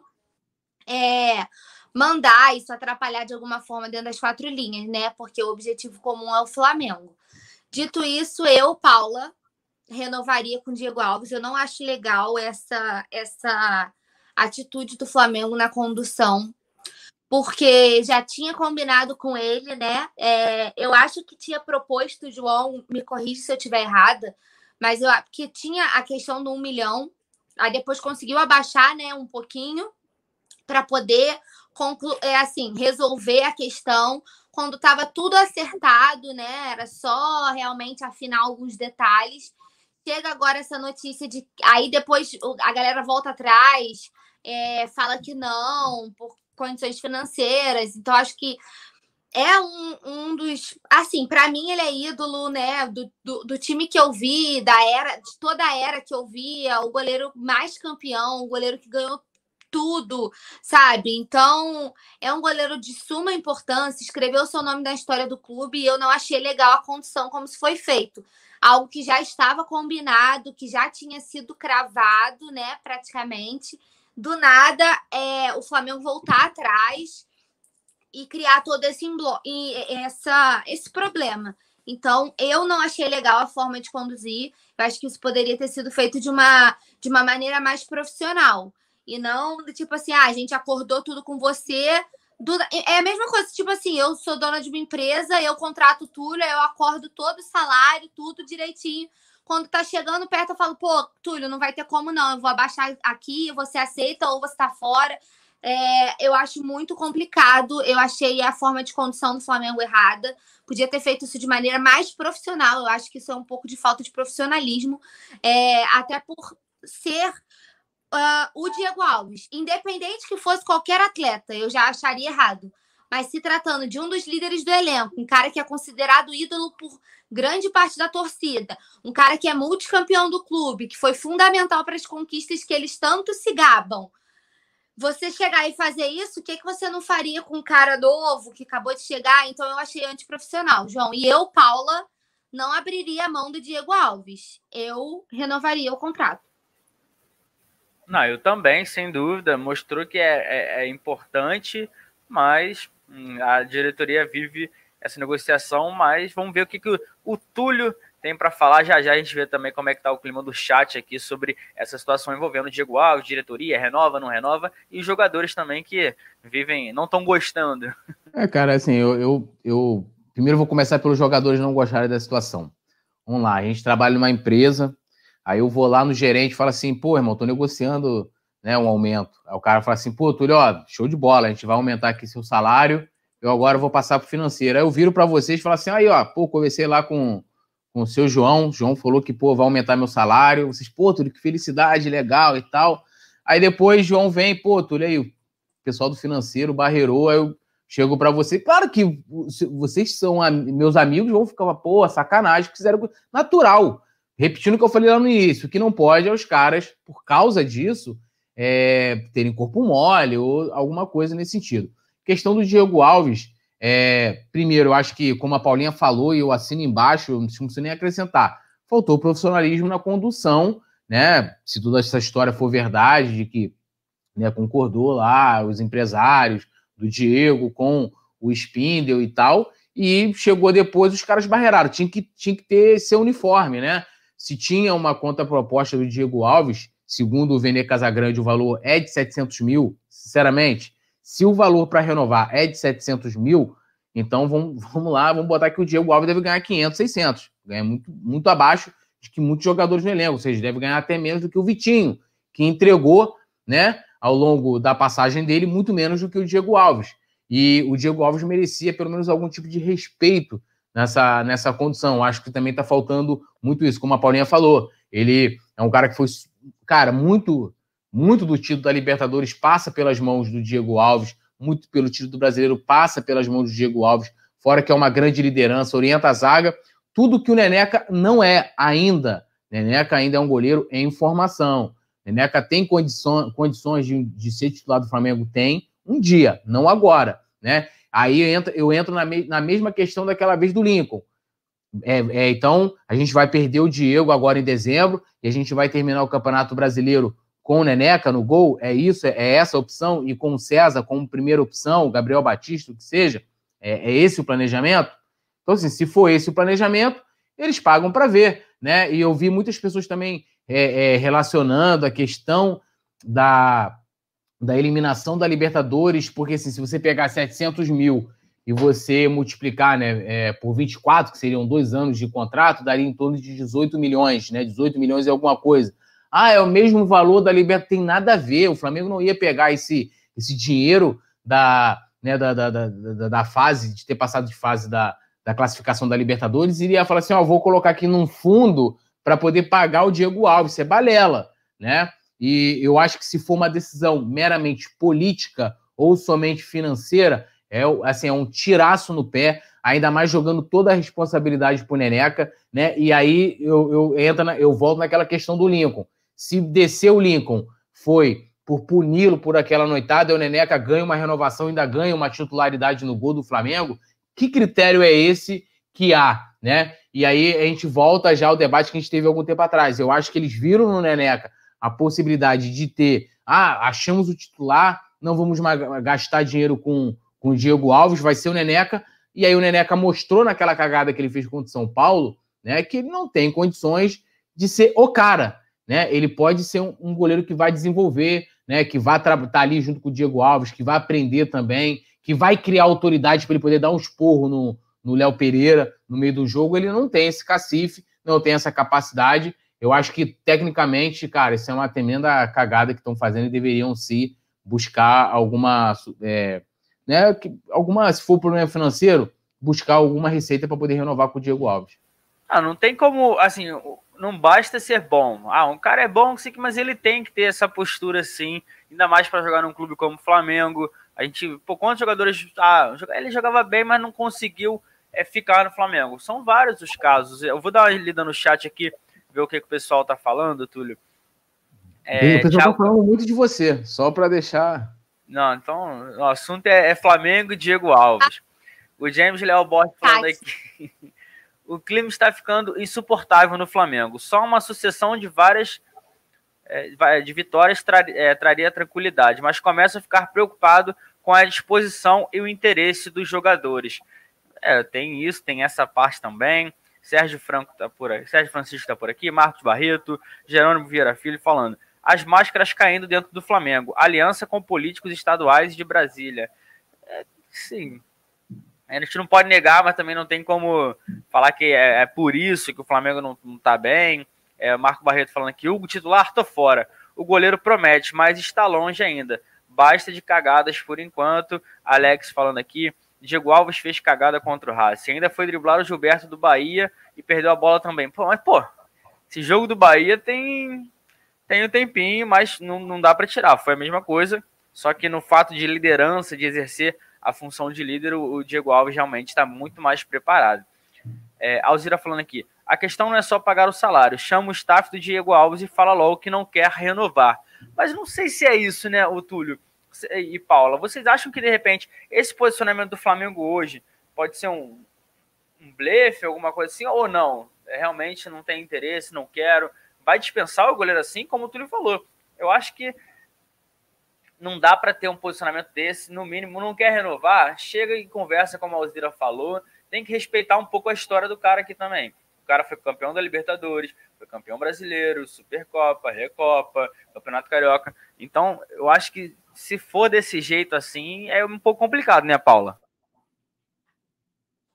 é, mandar, isso atrapalhar de alguma forma dentro das quatro linhas, né? Porque o objetivo comum é o Flamengo. Dito isso, eu, Paula, renovaria com o Diego Alves. Eu não acho legal essa, essa atitude do Flamengo na condução, porque já tinha combinado com ele, né? É, eu acho que tinha proposto, João, me corrige se eu estiver errada, mas eu que tinha a questão do um milhão, aí depois conseguiu abaixar, né, um pouquinho para poder conclu- é, assim, resolver a questão quando estava tudo acertado, né? Era só realmente afinar alguns detalhes. Chega agora essa notícia de. Aí depois a galera volta atrás, é, fala que não, por condições financeiras. Então, acho que é um, um dos... Assim, para mim, ele é ídolo, né? Do, do, do time que eu vi, da era, de toda a era que eu via, o goleiro mais campeão, o goleiro que ganhou tudo, sabe? Então, é um goleiro de suma importância, escreveu o seu nome na história do clube e eu não achei legal a condição como se foi feito. Algo que já estava combinado, que já tinha sido cravado, né? Praticamente. Do nada, é, o Flamengo voltar atrás e criar todo esse, e essa, esse problema. Então, eu não achei legal a forma de conduzir. Eu acho que isso poderia ter sido feito de uma, de uma maneira mais profissional. E não, tipo assim, ah, a gente acordou tudo com você. Do... É a mesma coisa, tipo assim, eu sou dona de uma empresa, eu contrato o Túlio, eu acordo todo o salário, tudo direitinho. Quando tá chegando perto, eu falo, pô, Túlio, não vai ter como não, eu vou abaixar aqui, você aceita ou você tá fora. É, eu acho muito complicado, eu achei a forma de condução do Flamengo errada. Podia ter feito isso de maneira mais profissional, eu acho que isso é um pouco de falta de profissionalismo, é, até por ser uh, o Diego Alves. Independente que fosse qualquer atleta, eu já acharia errado. Mas se tratando de um dos líderes do elenco, um cara que é considerado ídolo por grande parte da torcida, um cara que é multicampeão do clube, que foi fundamental para as conquistas que eles tanto se gabam, você chegar e fazer isso, o que, que você não faria com um cara novo que acabou de chegar? Então eu achei antiprofissional, João. E eu, Paula, não abriria a mão do Diego Alves. Eu renovaria o contrato. Não, eu também, sem dúvida. Mostrou que é, é, é importante, mas hum, a diretoria vive essa negociação, mas vamos ver o que, que o, o Túlio tem para falar. Já já a gente vê também como é que tá o clima do chat aqui sobre essa situação envolvendo o Diego Alves, diretoria, renova, não renova, e os jogadores também que vivem, não estão gostando. É, cara, assim, eu, eu, eu primeiro vou começar pelos jogadores não gostarem da situação. Vamos lá, a gente trabalha numa empresa, aí eu vou lá no gerente e falo assim, pô, irmão, tô negociando, né, um aumento. Aí o cara fala assim, pô, Túlio, ó, show de bola, a gente vai aumentar aqui seu salário, eu agora vou passar pro financeiro. Aí eu viro para vocês e falo assim, aí, ó, pô, conversei lá com com o seu João, o João falou que, pô, vai aumentar meu salário, vocês, pô, Túlio, que felicidade, legal e tal. Aí depois João vem, pô, Túlio, aí o pessoal do financeiro barreirou, aí eu chego pra você, claro que vocês são meus amigos, vão ficar, pô, sacanagem, que fizeram natural. Repetindo o que eu falei lá no início, o que não pode é os caras, por causa disso, é, terem corpo mole ou alguma coisa nesse sentido. Questão do Diego Alves, É, primeiro, eu acho que, como a Paulinha falou, e eu assino embaixo, eu não preciso nem acrescentar, faltou profissionalismo na condução, né? Se toda essa história for verdade, de que, né, concordou lá os empresários do Diego com o Spindel e tal, e chegou depois, os caras barreiraram, tinha que, tinha que ter seu uniforme, né? Se tinha uma contraproposta do Diego Alves, segundo o Vene Casagrande, o valor é de setecentos mil, sinceramente. Se o valor para renovar é de setecentos mil, então vamos, vamos lá, vamos botar que o Diego Alves deve ganhar quinhentos, seiscentos. Ganha muito, muito abaixo de que muitos jogadores no elenco, ou seja, deve ganhar até menos do que o Vitinho, que entregou, né, ao longo da passagem dele, muito menos do que o Diego Alves. E o Diego Alves merecia pelo menos algum tipo de respeito nessa, nessa condição. Acho que também está faltando muito isso, como a Paulinha falou. Ele é um cara que foi, cara, muito, muito do título da Libertadores passa pelas mãos do Diego Alves, muito pelo título do Brasileiro passa pelas mãos do Diego Alves, fora que é uma grande liderança, orienta a zaga, tudo que o Neneca não é ainda. Neneca ainda é um goleiro em formação. Neneca tem condição, condições de, de ser titular do Flamengo? Tem, um dia, não agora, né? Aí eu entro, eu entro na, me, na mesma questão daquela vez do Lincoln. É, é, então, a gente vai perder o Diego agora em dezembro e a gente vai terminar o Campeonato Brasileiro com o Neneca no gol? É isso? É, é essa a opção? E com o César como primeira opção, o Gabriel Batista, o que seja? É, é esse o planejamento? Então, assim, se for esse o planejamento, eles pagam para ver, né? E eu vi muitas pessoas também é, é, relacionando a questão da, da eliminação da Libertadores, porque assim, se você pegar setecentos mil e você multiplicar, né, é, por vinte e quatro, que seriam dois anos de contrato, daria em torno de dezoito milhões, né? dezoito milhões é alguma coisa. Ah, é o mesmo valor da Libertadores, tem nada a ver, o Flamengo não ia pegar esse, esse dinheiro da, né, da, da, da, da, da fase, de ter passado de fase da, da classificação da Libertadores, e iria falar assim, ó, vou colocar aqui num fundo para poder pagar o Diego Alves, isso é balela, né? E eu acho que se for uma decisão meramente política ou somente financeira, é, assim, é um tiraço no pé, ainda mais jogando toda a responsabilidade pro Neneca, né? E aí eu, eu, entro na, eu volto naquela questão do Lincoln. Se descer o Lincoln foi por puni-lo por aquela noitada, e o Neneca ganha uma renovação, ainda ganha uma titularidade no gol do Flamengo, que critério é esse que há, né? E aí a gente volta já ao debate que a gente teve algum tempo atrás. Eu acho que eles viram no Neneca a possibilidade de ter, ah, achamos o titular, não vamos mais gastar dinheiro com, com o Diego Alves, vai ser o Neneca, e aí o Neneca mostrou naquela cagada que ele fez contra o São Paulo, né, que ele não tem condições de ser o cara, né? Ele pode ser um, um goleiro que vai desenvolver, né, que vai estar tá ali junto com o Diego Alves, que vai aprender também, que vai criar autoridade para ele poder dar um esporro no, no Léo Pereira no meio do jogo. Ele não tem esse cacife, não tem essa capacidade. Eu acho que, tecnicamente, cara, isso é uma tremenda cagada que estão fazendo e deveriam, se buscar alguma, é, né, que, alguma, se for problema financeiro, buscar alguma receita para poder renovar com o Diego Alves. Ah, não tem como, assim, não basta ser bom. Ah, um cara é bom, sim, mas ele tem que ter essa postura, sim, ainda mais para jogar num clube como o Flamengo. A gente, por quantos jogadores, ah, ele jogava bem, mas não conseguiu é, ficar no Flamengo. São vários os casos. Eu vou dar uma lida no chat aqui, ver o que, que o pessoal tá falando, Túlio. É, o pessoal Thiago... tá falando muito de você, só para deixar... Não, então, o assunto é, é Flamengo e Diego Alves. O James Léo Borges falando aqui... O clima está ficando insuportável no Flamengo. Só uma sucessão de várias é, de vitórias tra, é, traria tranquilidade, mas começo a ficar preocupado com a disposição e o interesse dos jogadores. É, tem isso, tem essa parte também. Sérgio Franco tá por aí, Sérgio Francisco está por aqui, Marcos Barreto, Jerônimo Vieira Filho falando. As máscaras caindo dentro do Flamengo. Aliança com políticos estaduais de Brasília. É, sim. A gente não pode negar, mas também não tem como falar que é, é por isso que o Flamengo não, não tá bem. É, Marco Barreto falando aqui, Hugo titular, tô fora. O goleiro promete, mas está longe ainda. Basta de cagadas por enquanto. Alex falando aqui, Diego Alves fez cagada contra o Racing. Ainda foi driblar o Gilberto do Bahia e perdeu a bola também. Pô, mas pô, esse jogo do Bahia tem, tem um tempinho, mas não, não dá para tirar. Foi a mesma coisa, só que no fato de liderança, de exercer a função de líder, o Diego Alves realmente está muito mais preparado. É, Alzira falando aqui, a questão não é só pagar o salário, chama o staff do Diego Alves e fala logo que não quer renovar. Mas não sei se é isso, né, o Túlio e Paula. Vocês acham que, de repente, esse posicionamento do Flamengo hoje pode ser um, um blefe, alguma coisa assim, ou não? É, realmente não tem interesse, não quero. Vai dispensar o goleiro assim, como o Túlio falou. Eu acho que não dá para ter um posicionamento desse, no mínimo, não quer renovar, chega e conversa, como a Alzira falou, tem que respeitar um pouco a história do cara aqui também. O cara foi campeão da Libertadores, foi campeão brasileiro, Supercopa, Recopa, Campeonato Carioca. Então, eu acho que se for desse jeito assim, é um pouco complicado, né, Paula?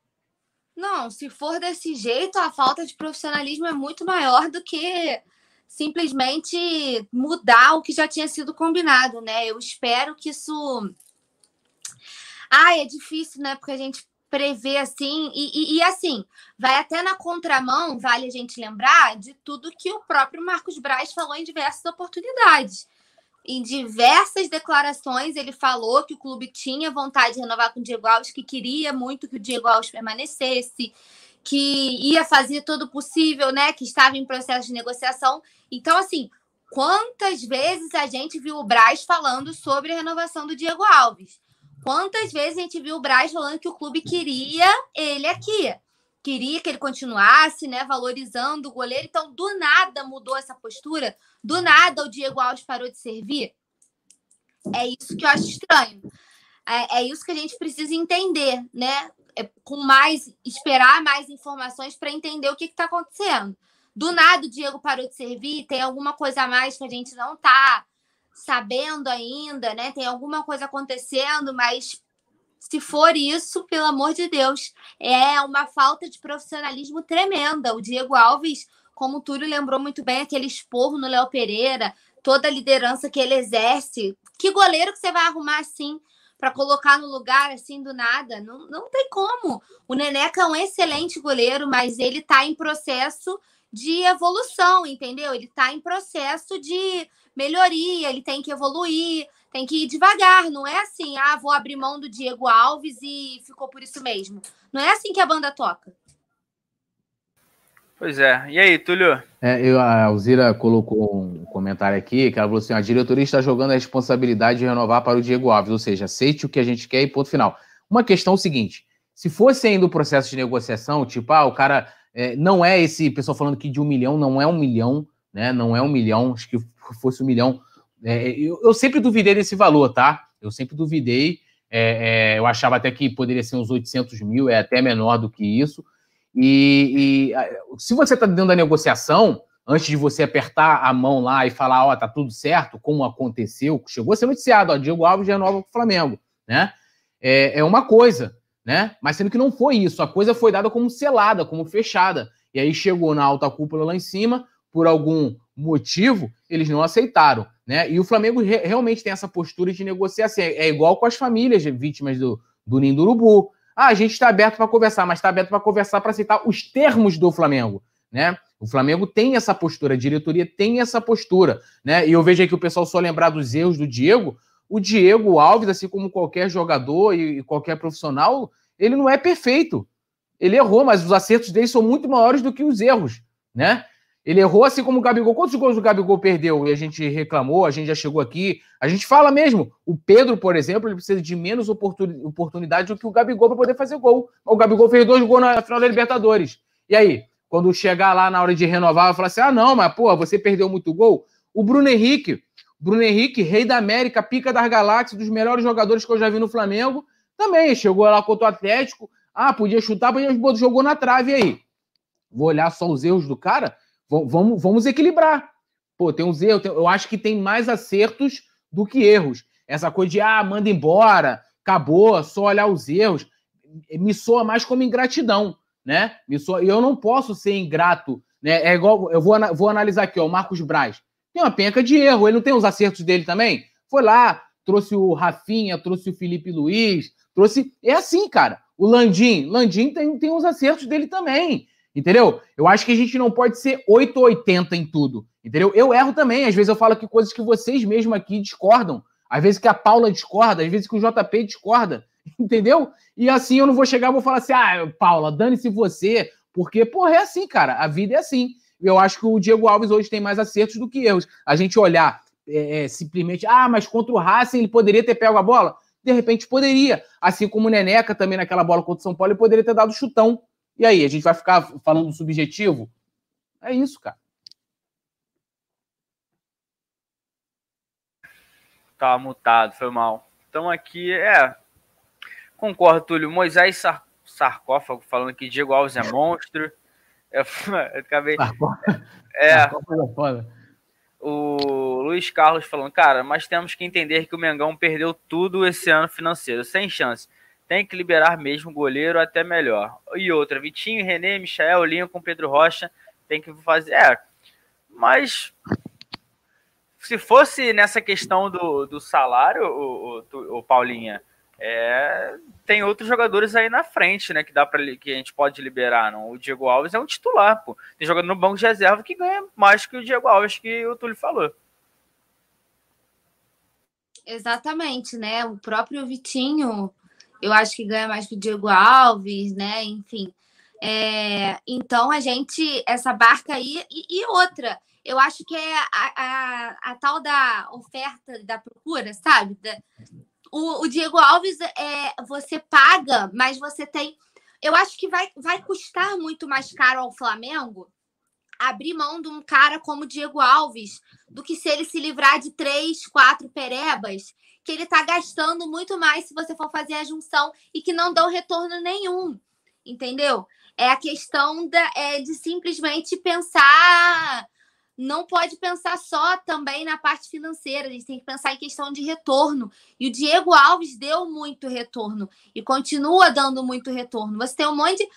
Não, se for desse jeito, a falta de profissionalismo é muito maior do que simplesmente mudar o que já tinha sido combinado, né? Eu espero que isso... Ai, é difícil, né? Porque a gente prevê assim, e, e, e assim, vai até na contramão, vale a gente lembrar, de tudo que o próprio Marcos Braz falou em diversas oportunidades. Em diversas declarações, ele falou que o clube tinha vontade de renovar com o Diego Alves, que queria muito que o Diego Alves permanecesse, que ia fazer todo o possível, né? Que estava em processo de negociação. Então, assim, quantas vezes a gente viu o Braz falando sobre a renovação do Diego Alves? Quantas vezes a gente viu o Braz falando que o clube queria ele aqui? Queria que ele continuasse, né, valorizando o goleiro. Então, do nada mudou essa postura. Do nada o Diego Alves parou de servir. É isso que eu acho estranho. É, é isso que a gente precisa entender, né? É, com mais, esperar mais informações para entender o que está acontecendo. Do nada o Diego parou de servir, tem alguma coisa a mais que a gente não está sabendo ainda, né? Tem alguma coisa acontecendo, mas se for isso, pelo amor de Deus, é uma falta de profissionalismo tremenda. O Diego Alves, como o Túlio lembrou muito bem, aquele esporro no Léo Pereira, toda a liderança que ele exerce. Que goleiro que você vai arrumar assim para colocar no lugar assim do nada? Não, não tem como. O Neneca é um excelente goleiro, mas ele está em processo de evolução, entendeu? Ele está em processo de melhoria, ele tem que evoluir, tem que ir devagar, não é assim, ah, vou abrir mão do Diego Alves e ficou por isso mesmo. Não é assim que a banda toca. Pois é. E aí, Túlio? É, eu, a Alzira colocou um comentário aqui, que ela falou assim, a diretoria está jogando a responsabilidade de renovar para o Diego Alves, ou seja, aceite o que a gente quer e ponto final. Uma questão é o seguinte, se fosse ainda o processo de negociação, tipo, ah, o cara é, não é esse, pessoal falando que de um milhão, não é um milhão, né, não é um milhão, acho que fosse um milhão. É, eu, eu sempre duvidei desse valor, tá? Eu sempre duvidei. É, é, eu achava até que poderia ser uns oitocentos mil, é até menor do que isso. E, e se você está dentro da negociação, antes de você apertar a mão lá e falar, ó, tá tudo certo, como aconteceu, chegou a ser noticiado, ó, Diego Alves renova com o Flamengo, né? É, é uma coisa, né? Mas sendo que não foi isso, a coisa foi dada como selada, como fechada. E aí chegou na alta cúpula lá em cima, por algum motivo, eles não aceitaram, né? E o Flamengo re realmente tem essa postura de negociação. É igual com as famílias vítimas do, do Ninho do Urubu. Ah, a gente está aberto para conversar, mas está aberto para conversar para aceitar os termos do Flamengo, né? O Flamengo tem essa postura, a diretoria tem essa postura, né? E eu vejo aqui o pessoal só lembrar dos erros do Diego. O Diego Alves, assim como qualquer jogador e qualquer profissional, ele não é perfeito. Ele errou, mas os acertos dele são muito maiores do que os erros, né? Ele errou assim como o Gabigol. Quantos gols o Gabigol perdeu? E a gente reclamou, a gente já chegou aqui. A gente fala mesmo. O Pedro, por exemplo, ele precisa de menos oportunidade do que o Gabigol para poder fazer gol. O Gabigol fez dois gols na final da Libertadores. E aí? Quando chegar lá na hora de renovar, vai falar assim, ah, não, mas, pô, você perdeu muito gol. O Bruno Henrique, Bruno Henrique, rei da América, pica das galáxias, dos melhores jogadores que eu já vi no Flamengo, também chegou lá contra o Atlético. Ah, podia chutar, podia jogou na trave. E aí? Vou olhar só os erros do cara? Vamos, vamos equilibrar. Pô, tem uns erros. Tem, eu acho que tem mais acertos do que erros. Essa coisa de, ah, manda embora, acabou, só olhar os erros, me soa mais como ingratidão, né? Me soa, eu não posso ser ingrato, né? É igual, eu vou, vou analisar aqui, ó, o Marcos Braz. Tem uma penca de erro, ele não tem os acertos dele também? Foi lá, trouxe o Rafinha, trouxe o Felipe Luiz, trouxe... É assim, cara. O Landim, Landim tem, tem os acertos dele também. Entendeu? Eu acho que a gente não pode ser oito ou oitenta em tudo, entendeu? Eu erro também, às vezes eu falo que coisas que vocês mesmos aqui discordam, às vezes que a Paula discorda, às vezes que o J P discorda, entendeu? E assim eu não vou chegar e vou falar assim, ah, Paula, dane-se você, porque, porra, é assim, cara, a vida é assim. Eu acho que o Diego Alves hoje tem mais acertos do que erros. A gente olhar é, simplesmente, ah, mas contra o Racing ele poderia ter pego a bola? De repente poderia, assim como o Neneca também naquela bola contra o São Paulo, ele poderia ter dado chutão. E aí, a gente vai ficar falando subjetivo? É isso, cara. Tá mutado, foi mal. Então aqui, é... Concordo, Túlio. Moisés Sar Sarcófago falando que Diego Alves é monstro. Eu, eu acabei... É... Sarcófago é foda. O Luiz Carlos falando, cara, mas temos que entender que o Mengão perdeu tudo esse ano financeiro, sem chance. Tem que liberar mesmo o goleiro até melhor. E outra, Vitinho, René, Michael, Lincoln, Pedro Rocha, tem que fazer... É, Mas se fosse nessa questão do, do salário, o, o, o Paulinha, é, tem outros jogadores aí na frente, né? Que dá para que a gente pode liberar. Não? O Diego Alves é um titular, pô. Tem jogador no banco de reserva que ganha mais que o Diego Alves, que o Túlio falou. Exatamente, né? O próprio Vitinho, eu acho que ganha mais que o Diego Alves, né? Enfim. É, então a gente, essa barca aí, e, e outra, eu acho que é a, a, a tal da oferta da procura, sabe? Da, o, o Diego Alves, é, você paga, mas você tem. Eu acho que vai, vai custar muito mais caro ao Flamengo abrir mão de um cara como o Diego Alves do que se ele se livrar de três, quatro perebas, que ele tá gastando muito mais se você for fazer a junção e que não dão retorno nenhum, entendeu? É a questão da, é, de simplesmente pensar... Não pode pensar só também na parte financeira, a gente tem que pensar em questão de retorno. E o Diego Alves deu muito retorno e continua dando muito retorno. Você tem um monte de...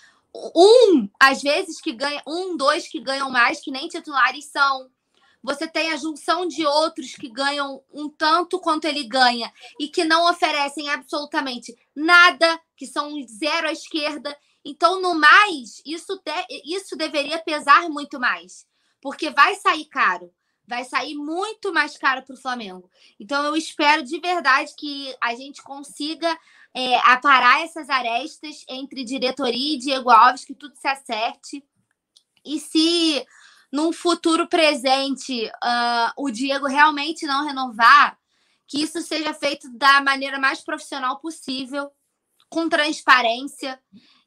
Um, às vezes, que ganha... Um, dois que ganham mais, que nem titulares são. Você tem a junção de outros que ganham um tanto quanto ele ganha e que não oferecem absolutamente nada, que são zero à esquerda. Então, no mais, isso, de... isso deveria pesar muito mais. Porque vai sair caro, vai sair muito mais caro para o Flamengo. Então, eu espero de verdade que a gente consiga é, aparar essas arestas entre diretoria e Diego Alves, que tudo se acerte. E se num futuro presente uh, o Diego realmente não renovar, que isso seja feito da maneira mais profissional possível, com transparência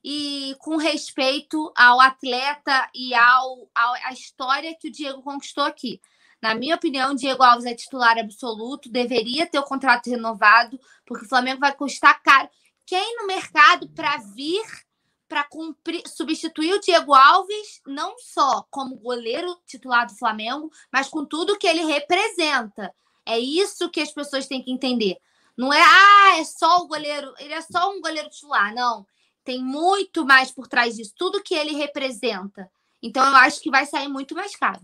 e com respeito ao atleta e ao, ao, à história que o Diego conquistou aqui. Na minha opinião, o Diego Alves é titular absoluto, deveria ter o contrato renovado, porque o Flamengo vai custar caro. Quem no mercado para vir, para substituir o Diego Alves, não só como goleiro titular do Flamengo, mas com tudo que ele representa. É isso que as pessoas têm que entender. Não é, ah, é só o goleiro, ele é só um goleiro titular, não. Tem muito mais por trás disso, tudo que ele representa. Então, eu acho que vai sair muito mais caro.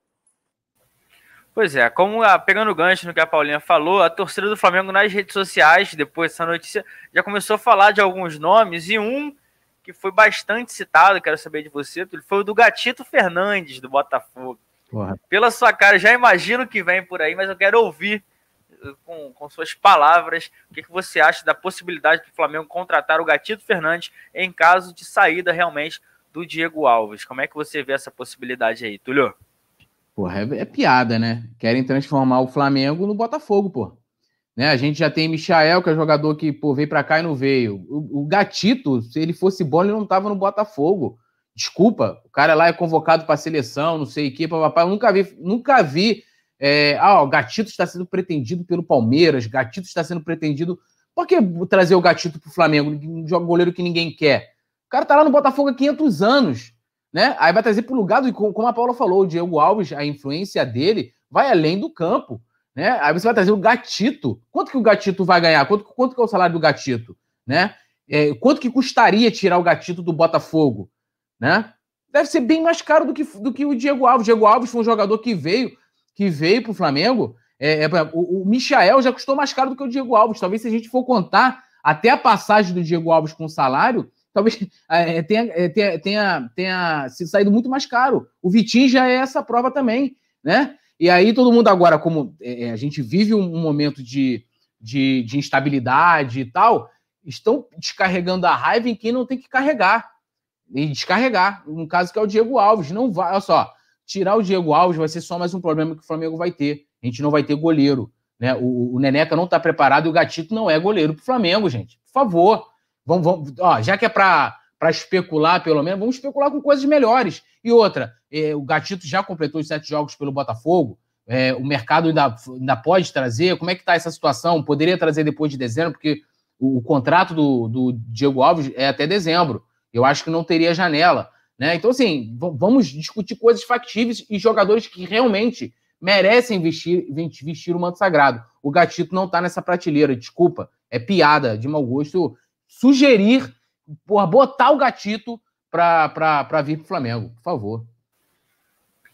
Pois é, como a, pegando o gancho no que a Paulinha falou, a torcida do Flamengo nas redes sociais, depois dessa notícia, já começou a falar de alguns nomes, e um que foi bastante citado, quero saber de você, foi o do Gatito Fernandes, do Botafogo. Porra. Pela sua cara, já imagino que vem por aí, mas eu quero ouvir Com, com suas palavras, o que, que você acha da possibilidade do Flamengo contratar o Gatito Fernandes em caso de saída realmente do Diego Alves? Como é que você vê essa possibilidade aí, Túlio? Porra, é, é piada, né? Querem transformar o Flamengo no Botafogo, pô. Né? A gente já tem Michael, que é jogador que pô, veio pra cá e não veio. O, o Gatito, se ele fosse bom, ele não tava no Botafogo. Desculpa, o cara lá é convocado pra seleção, não sei o que, papapá. Eu nunca vi, nunca vi É, ah, o Gatito está sendo pretendido pelo Palmeiras, Gatito está sendo pretendido... Por que trazer o Gatito para o Flamengo, um goleiro que ninguém quer? O cara tá lá no Botafogo há quinhentos anos, né? Aí vai trazer para o lugar do... Como a Paula falou, o Diego Alves, a influência dele vai além do campo, né? Aí você vai trazer o Gatito. Quanto que o Gatito vai ganhar? Quanto, quanto que é o salário do Gatito? Né? É, quanto que custaria tirar o Gatito do Botafogo? Né? Deve ser bem mais caro do que, do que o Diego Alves. O Diego Alves foi um jogador que veio... que veio para o Flamengo, é, é, o, o Michael já custou mais caro do que o Diego Alves. Talvez se a gente for contar até a passagem do Diego Alves com o salário, talvez é, tenha, é, tenha, tenha, tenha se saído muito mais caro. O Vitinho já é essa prova também, né? E aí todo mundo agora, como é, a gente vive um, um momento de, de, de instabilidade e tal, estão descarregando a raiva em quem não tem que carregar. E descarregar. No caso que é o Diego Alves. Não vai, olha só, tirar o Diego Alves vai ser só mais um problema que o Flamengo vai ter. A gente não vai ter goleiro, né? O, o Neneca não está preparado e o Gatito não é goleiro para o Flamengo, gente. Por favor. Vamos, vamos, ó, já que é para especular, pelo menos, vamos especular com coisas melhores. E outra, é, o Gatito já completou os sete jogos pelo Botafogo. É, o mercado ainda, ainda pode trazer. Como é que está essa situação? Poderia trazer depois de dezembro, porque o, o contrato do, do Diego Alves é até dezembro. Eu acho que não teria janela. Né? Então, assim, vamos discutir coisas factíveis e jogadores que realmente merecem vestir, vestir o manto sagrado. O Gatito não tá nessa prateleira, desculpa, é piada de mau gosto sugerir, porra, botar o Gatito pra, pra, pra vir pro Flamengo, por favor.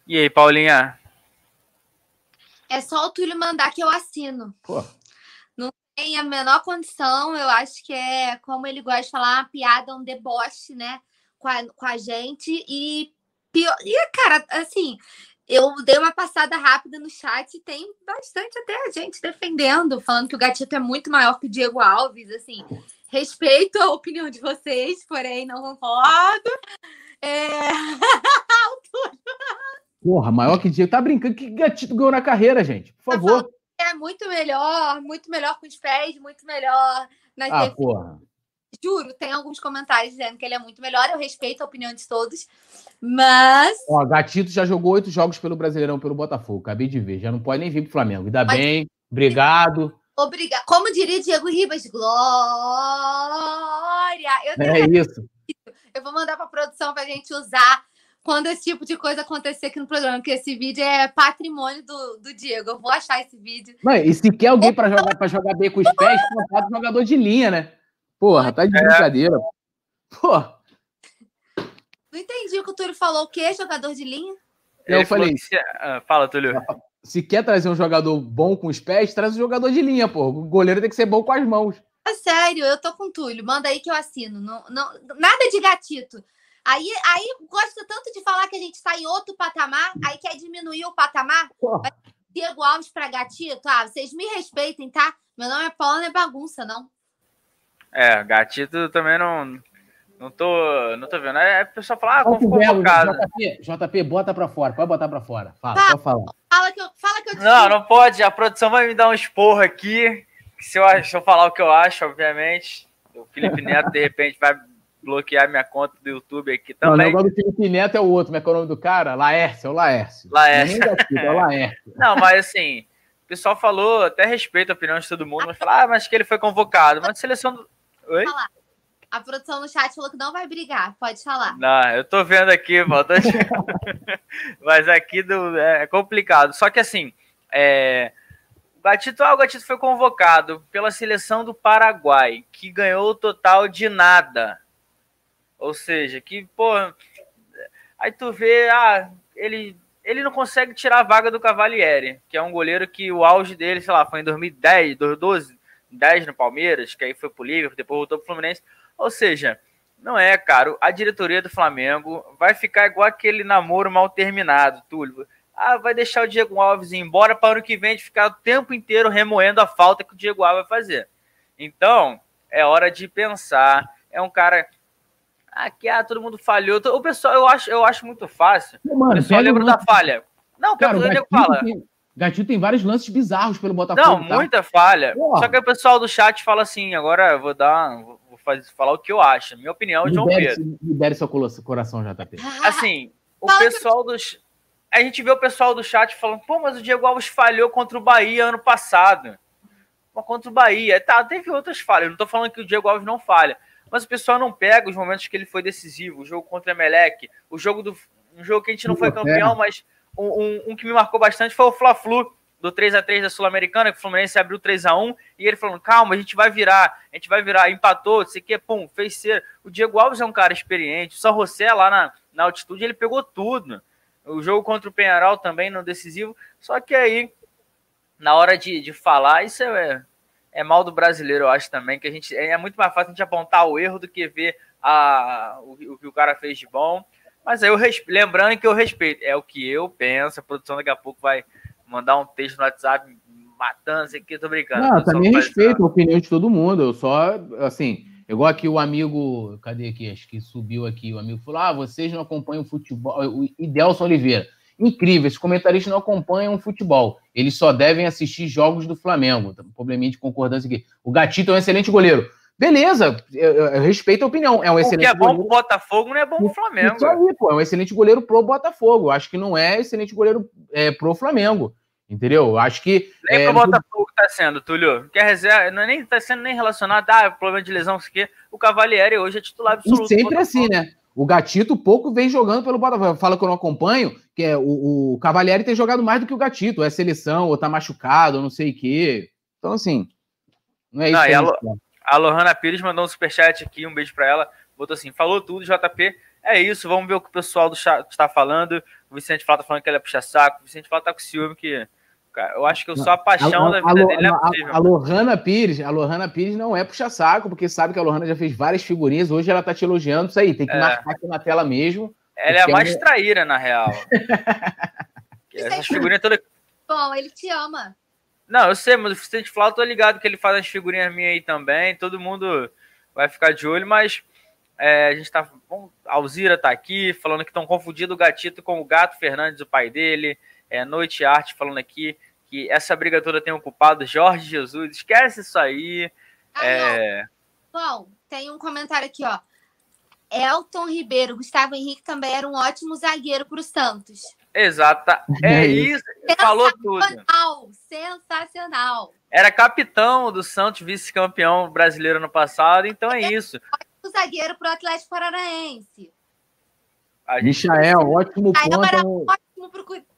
E aí, Paulinha? É só o Túlio mandar que eu assino. Pô. Não tem a menor condição. Eu acho que é, como ele gosta de falar, uma piada, um deboche, né? Com a, com a gente. E, pior... e, cara, assim, eu dei uma passada rápida no chat e tem bastante até a gente defendendo, falando que o Gatito é muito maior que o Diego Alves. Assim, respeito a opinião de vocês, porém não concordo. É... Porra, maior que Diego. Tá brincando? Que Gatito ganhou na carreira, gente? Por favor. É muito melhor, muito melhor com os pés, muito melhor nas Ah, defesas. porra. Juro, tem alguns comentários dizendo que ele é muito melhor. Eu respeito a opinião de todos, mas... Ó, Gatito já jogou oito jogos pelo Brasileirão, pelo Botafogo. Acabei de ver. Já não pode nem vir pro Flamengo. Ainda Mas... bem. Obrigado. Obrigada. Como diria Diego Ribas, glória! Eu tenho... É isso. Eu vou mandar pra produção pra gente usar quando esse tipo de coisa acontecer aqui no programa, porque esse vídeo é patrimônio do, do Diego. Eu vou achar esse vídeo. Mãe, e se quer alguém para jogar, pra jogar bem com os pés, contrata um jogador de linha, né? Porra, tá de brincadeira. Porra. Não entendi o que o Túlio falou. O quê? Jogador de linha? Eu falei. Se... Ah, fala, Túlio. Se quer trazer um jogador bom com os pés, traz um jogador de linha, pô. O goleiro tem que ser bom com as mãos. É sério, eu tô com o Túlio. Manda aí que eu assino. Não, não, nada de Gatito. Aí, aí gosta tanto de falar que a gente está em outro patamar, aí quer diminuir o patamar. Vai Diego Alves para Gatito. Ah, vocês me respeitem, tá? Meu nome é Paula, não é bagunça, não. É, Gatito também não... Não tô, não tô vendo. É, o pessoal fala, ah, como ficou convocado. J P, J P, bota pra fora. Pode botar pra fora. Fala, fala, pode falar. Fala que eu, fala que eu te Não, digo. não pode. A produção vai me dar um esporro aqui. Se eu, se eu falar o que eu acho, obviamente, o Felipe Neto, de repente, vai bloquear minha conta do YouTube aqui também. Não, o negócio do Felipe Neto é o outro. Como é que é o nome do cara? Laércio, é o Laércio. Laércio. Não, é, é o Laércio. Não, mas assim, o pessoal falou, até respeito a opinião de todo mundo, mas fala, ah, mas que ele foi convocado. Mas a seleção do... Oi? Falar. A produção no chat falou que não vai brigar. Pode falar. Não, eu tô vendo aqui, volta. Mas aqui do, é complicado. Só que assim, é... o Gatito, ah, o Gatito foi convocado pela seleção do Paraguai, que ganhou o total de nada. Ou seja, que, pô... Aí tu vê, ah, ele, ele não consegue tirar a vaga do Cavalieri, que é um goleiro que o auge dele, sei lá, foi em dois mil e dez, dois mil e doze, dez no Palmeiras, que aí foi pro Liverpool, depois voltou pro Fluminense. Ou seja, não é, cara, a diretoria do Flamengo vai ficar igual aquele namoro mal terminado, Túlio. Ah, vai deixar o Diego Alves ir embora para o ano que vem de ficar o tempo inteiro remoendo a falta que o Diego Alves vai fazer. Então, é hora de pensar. É um cara... Aqui, ah, todo mundo falhou. O pessoal, eu acho, eu acho muito fácil. Mano, o pessoal lembra da falha. Não, cara, o Gatito fala. Tem, Gatito tem vários lances bizarros pelo Botafogo. Não, tá? muita falha. Porra. Só que o pessoal do chat fala assim, agora eu vou dar... Vou fazer, falar o que eu acho. Minha opinião é João Pedro. Libere seu coração, J P. Assim, o pessoal dos... A gente vê o pessoal do chat falando, pô, mas o Diego Alves falhou contra o Bahia ano passado. Pô, contra o Bahia. Tá, teve outras falhas. Eu não tô falando que o Diego Alves não falha. Mas o pessoal não pega os momentos que ele foi decisivo. O jogo contra o Emelec. O jogo do... Um jogo que a gente não foi campeão, mas um, um, um que me marcou bastante foi o Fla-Flu, do três a três da Sul-Americana, que o Fluminense abriu três a um, e ele falando, calma, a gente vai virar, a gente vai virar, empatou, sei que, pum, fez ser. O Diego Alves é um cara experiente, o São José lá na, na altitude, ele pegou tudo. O jogo contra o Peñarol também, no decisivo, só que aí, na hora de, de falar, isso é, é mal do brasileiro, eu acho também, que a gente, é muito mais fácil a gente apontar o erro do que ver a, o, o que o cara fez de bom, mas aí eu respeito, lembrando que eu respeito, é o que eu penso, a produção daqui a pouco vai mandar um texto no WhatsApp matando, sei que, tô brincando. Não, tô também respeito a opinião de todo mundo. Eu só, assim, igual aqui o amigo, cadê aqui? Acho que subiu aqui. O amigo falou: ah, vocês não acompanham o futebol. O Idelson Oliveira. Incrível, esses comentaristas não acompanham o futebol. Eles só devem assistir jogos do Flamengo. Um probleminha de concordância aqui. O Gatito é um excelente goleiro. Beleza, eu, eu respeito a opinião. É um excelente goleiro. O que é bom goleiro. pro Botafogo não é bom pro Flamengo. Isso aí, pô, é um excelente goleiro pro Botafogo. Eu acho que não é excelente goleiro é, pro Flamengo. Entendeu? Eu acho que... Nem é, pro Botafogo tá sendo, Túlio. Que a reserva não é nem tá sendo nem relacionado a problema de lesão, isso aqui. O Cavalieri hoje é titular absoluto. E sempre assim, né? O Gatito pouco vem jogando pelo Botafogo. Fala que eu não acompanho, que é o, o Cavalieri tem jogado mais do que o Gatito. Ou é seleção, ou tá machucado, ou não sei o quê. Então, assim, não é isso. Não, que e a, a, gente Lo, a Lohana Pires mandou um superchat aqui, um beijo pra ela. Botou assim, falou tudo, J P. é isso, vamos ver o que o pessoal do chat está falando. O Vicente Flá tá falando que ele é puxa-saco. O Vicente Flá tá com ciúme que... Cara, eu acho que eu sou a paixão a, a, da vida a, dele, não é possível. A, a Lohana Pires, a Lohana Pires não é puxa-saco, porque sabe que a Lohana já fez várias figurinhas, hoje ela tá te elogiando, isso aí, tem que é. marcar aqui na tela mesmo. Ela é a mais é... traíra, na real. Essas figurinhas todas... Bom, ele te ama. Não, eu sei, mas o Vicente Flá, eu tô ligado que ele faz as figurinhas minhas aí também, todo mundo vai ficar de olho, mas é, a gente tá... Bom, a Alzira tá aqui, falando que estão confundindo o Gatito com o Gato Fernandes, o pai dele. É, Noite Arte falando aqui que essa briga toda tem um culpado, Jorge Jesus. Esquece isso aí. Ah, é... Bom, tem um comentário aqui, ó. Elton Ribeiro, Gustavo Henrique também era um ótimo zagueiro para o Santos. Exato. É isso. Falou tudo. Sensacional. Sensacional. Era capitão do Santos, vice-campeão brasileiro no passado, então é isso. Ótimo zagueiro para o Atlético Paranaense. Michael, ótimo ponto. Era ótimo para o...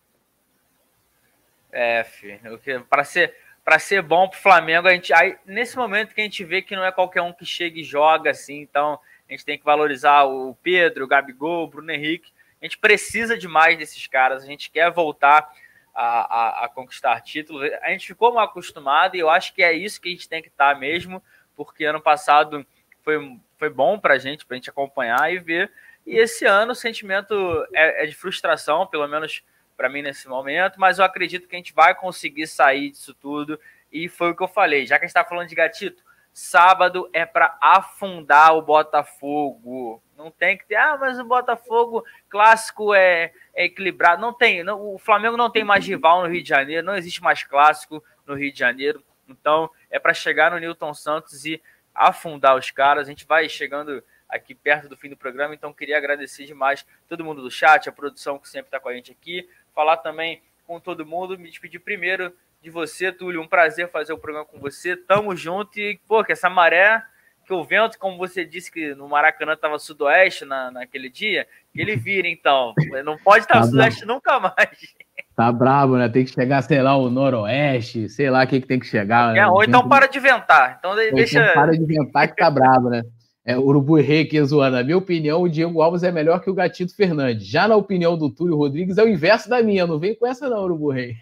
É, filho, para ser, para ser bom pro Flamengo, a gente, aí, nesse momento que a gente vê que não é qualquer um que chega e joga assim, então a gente tem que valorizar o Pedro, o Gabigol, o Bruno Henrique, a gente precisa demais desses caras, a gente quer voltar a, a, a conquistar títulos, a gente ficou mal acostumado e eu acho que é isso que a gente tem que estar mesmo, porque ano passado foi, foi bom pra gente, pra gente acompanhar e ver, e esse ano o sentimento é, é de frustração, pelo menos para mim nesse momento, mas eu acredito que a gente vai conseguir sair disso tudo, e foi o que eu falei, já que a gente está falando de Gatito, sábado é para afundar o Botafogo, não tem que ter, ah, mas o Botafogo clássico é, é equilibrado, não tem, não, o Flamengo não tem mais rival no Rio de Janeiro, não existe mais clássico no Rio de Janeiro, então é para chegar no Newton Santos e afundar os caras, a gente vai chegando aqui perto do fim do programa, então queria agradecer demais todo mundo do chat, a produção que sempre está com a gente aqui, falar também com todo mundo, me despedir primeiro de você, Túlio, um prazer fazer o programa com você, tamo junto e, pô, que essa maré, que o vento, como você disse que no Maracanã estava sudoeste na, naquele dia, que ele vira então, não pode estar tá sudoeste bravo. Nunca mais. Tá brabo, né, tem que chegar, sei lá, o noroeste, sei lá o que, que tem que chegar. É, né? Ou então para de ventar, então deixa... Então para de ventar que tá brabo, né. É, Urubu Rei aqui zoando. Na minha opinião, o Diego Alves é melhor que o Gatito Fernandes. Já na opinião do Túlio Rodrigues, é o inverso da minha. Não vem com essa não, Urubu Rei.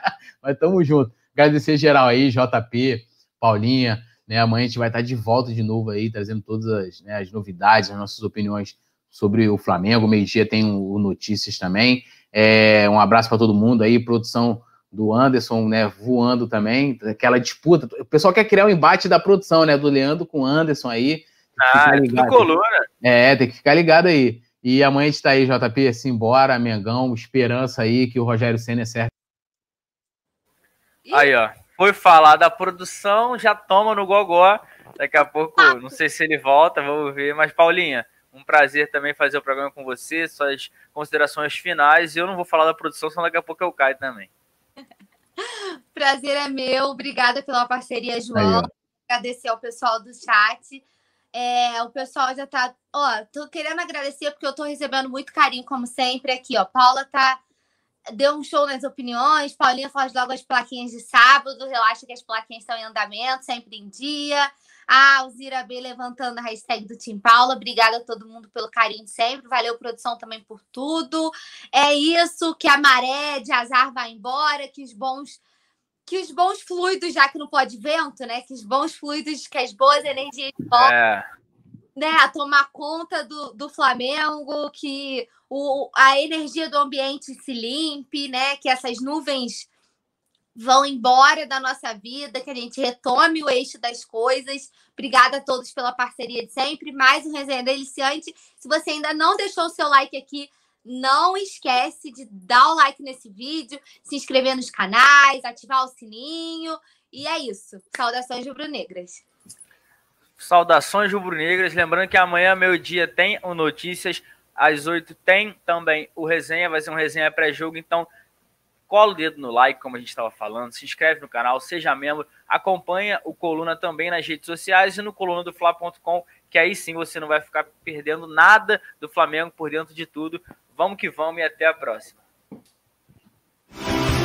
Mas tamo junto. Agradecer geral aí, J P, Paulinha. Né? Amanhã a gente vai estar de volta de novo aí, trazendo todas as, né, as novidades, as nossas opiniões sobre o Flamengo. Meio-dia tem o Notícias também. É, um abraço para todo mundo aí. Produção do Anderson, né, voando também. Aquela disputa. O pessoal quer criar um embate da produção, né? Do Leandro com o Anderson aí. Ah, é tudo coluna. É, tem que ficar ligado aí. E amanhã a gente tá aí, J P, simbora, Mengão, esperança aí que o Rogério Ceni acerta. Aí, ó, foi falar da produção, já toma no gogó. Daqui a pouco, não sei se ele volta, vamos ver. Mas, Paulinha, um prazer também fazer o programa com você, suas considerações finais. E eu não vou falar da produção, senão daqui a pouco eu caio também. Prazer é meu, obrigada pela parceria, João. Aí, agradecer ao pessoal do chat. É, o pessoal já tá... Ó, tô querendo agradecer porque eu tô recebendo muito carinho, como sempre, aqui, ó. Paula tá... Deu um show nas opiniões. Paulinha faz logo as plaquinhas de sábado. Relaxa que as plaquinhas estão em andamento, sempre em dia. A Alzira B levantando a hashtag do Team Paula. Obrigada a todo mundo pelo carinho de sempre. Valeu, produção, também por tudo. É isso, que a maré de azar vai embora, que os bons... que os bons fluidos, já que não pode vento, né? Que os bons fluidos, que as boas energias voltam, é. né, a tomar conta do, do Flamengo, que o, a energia do ambiente se limpe, né? Que essas nuvens vão embora da nossa vida, que a gente retome o eixo das coisas. Obrigada a todos pela parceria de sempre. Mais um Resenha Deliciante. Se você ainda não deixou o seu like aqui, não esquece de dar o like nesse vídeo, se inscrever nos canais, ativar o sininho. E é isso. Saudações rubro-negras. Saudações rubro-negras. Lembrando que amanhã, meio-dia, tem o Notícias. Às oito tem também o Resenha. Vai ser um resenha pré-jogo. Então, cola o dedo no like, como a gente estava falando. Se inscreve no canal, seja membro. Acompanha o Coluna também nas redes sociais e no coluna do fla ponto com, que aí sim você não vai ficar perdendo nada do Flamengo por dentro de tudo. Vamos que vamos e até a próxima.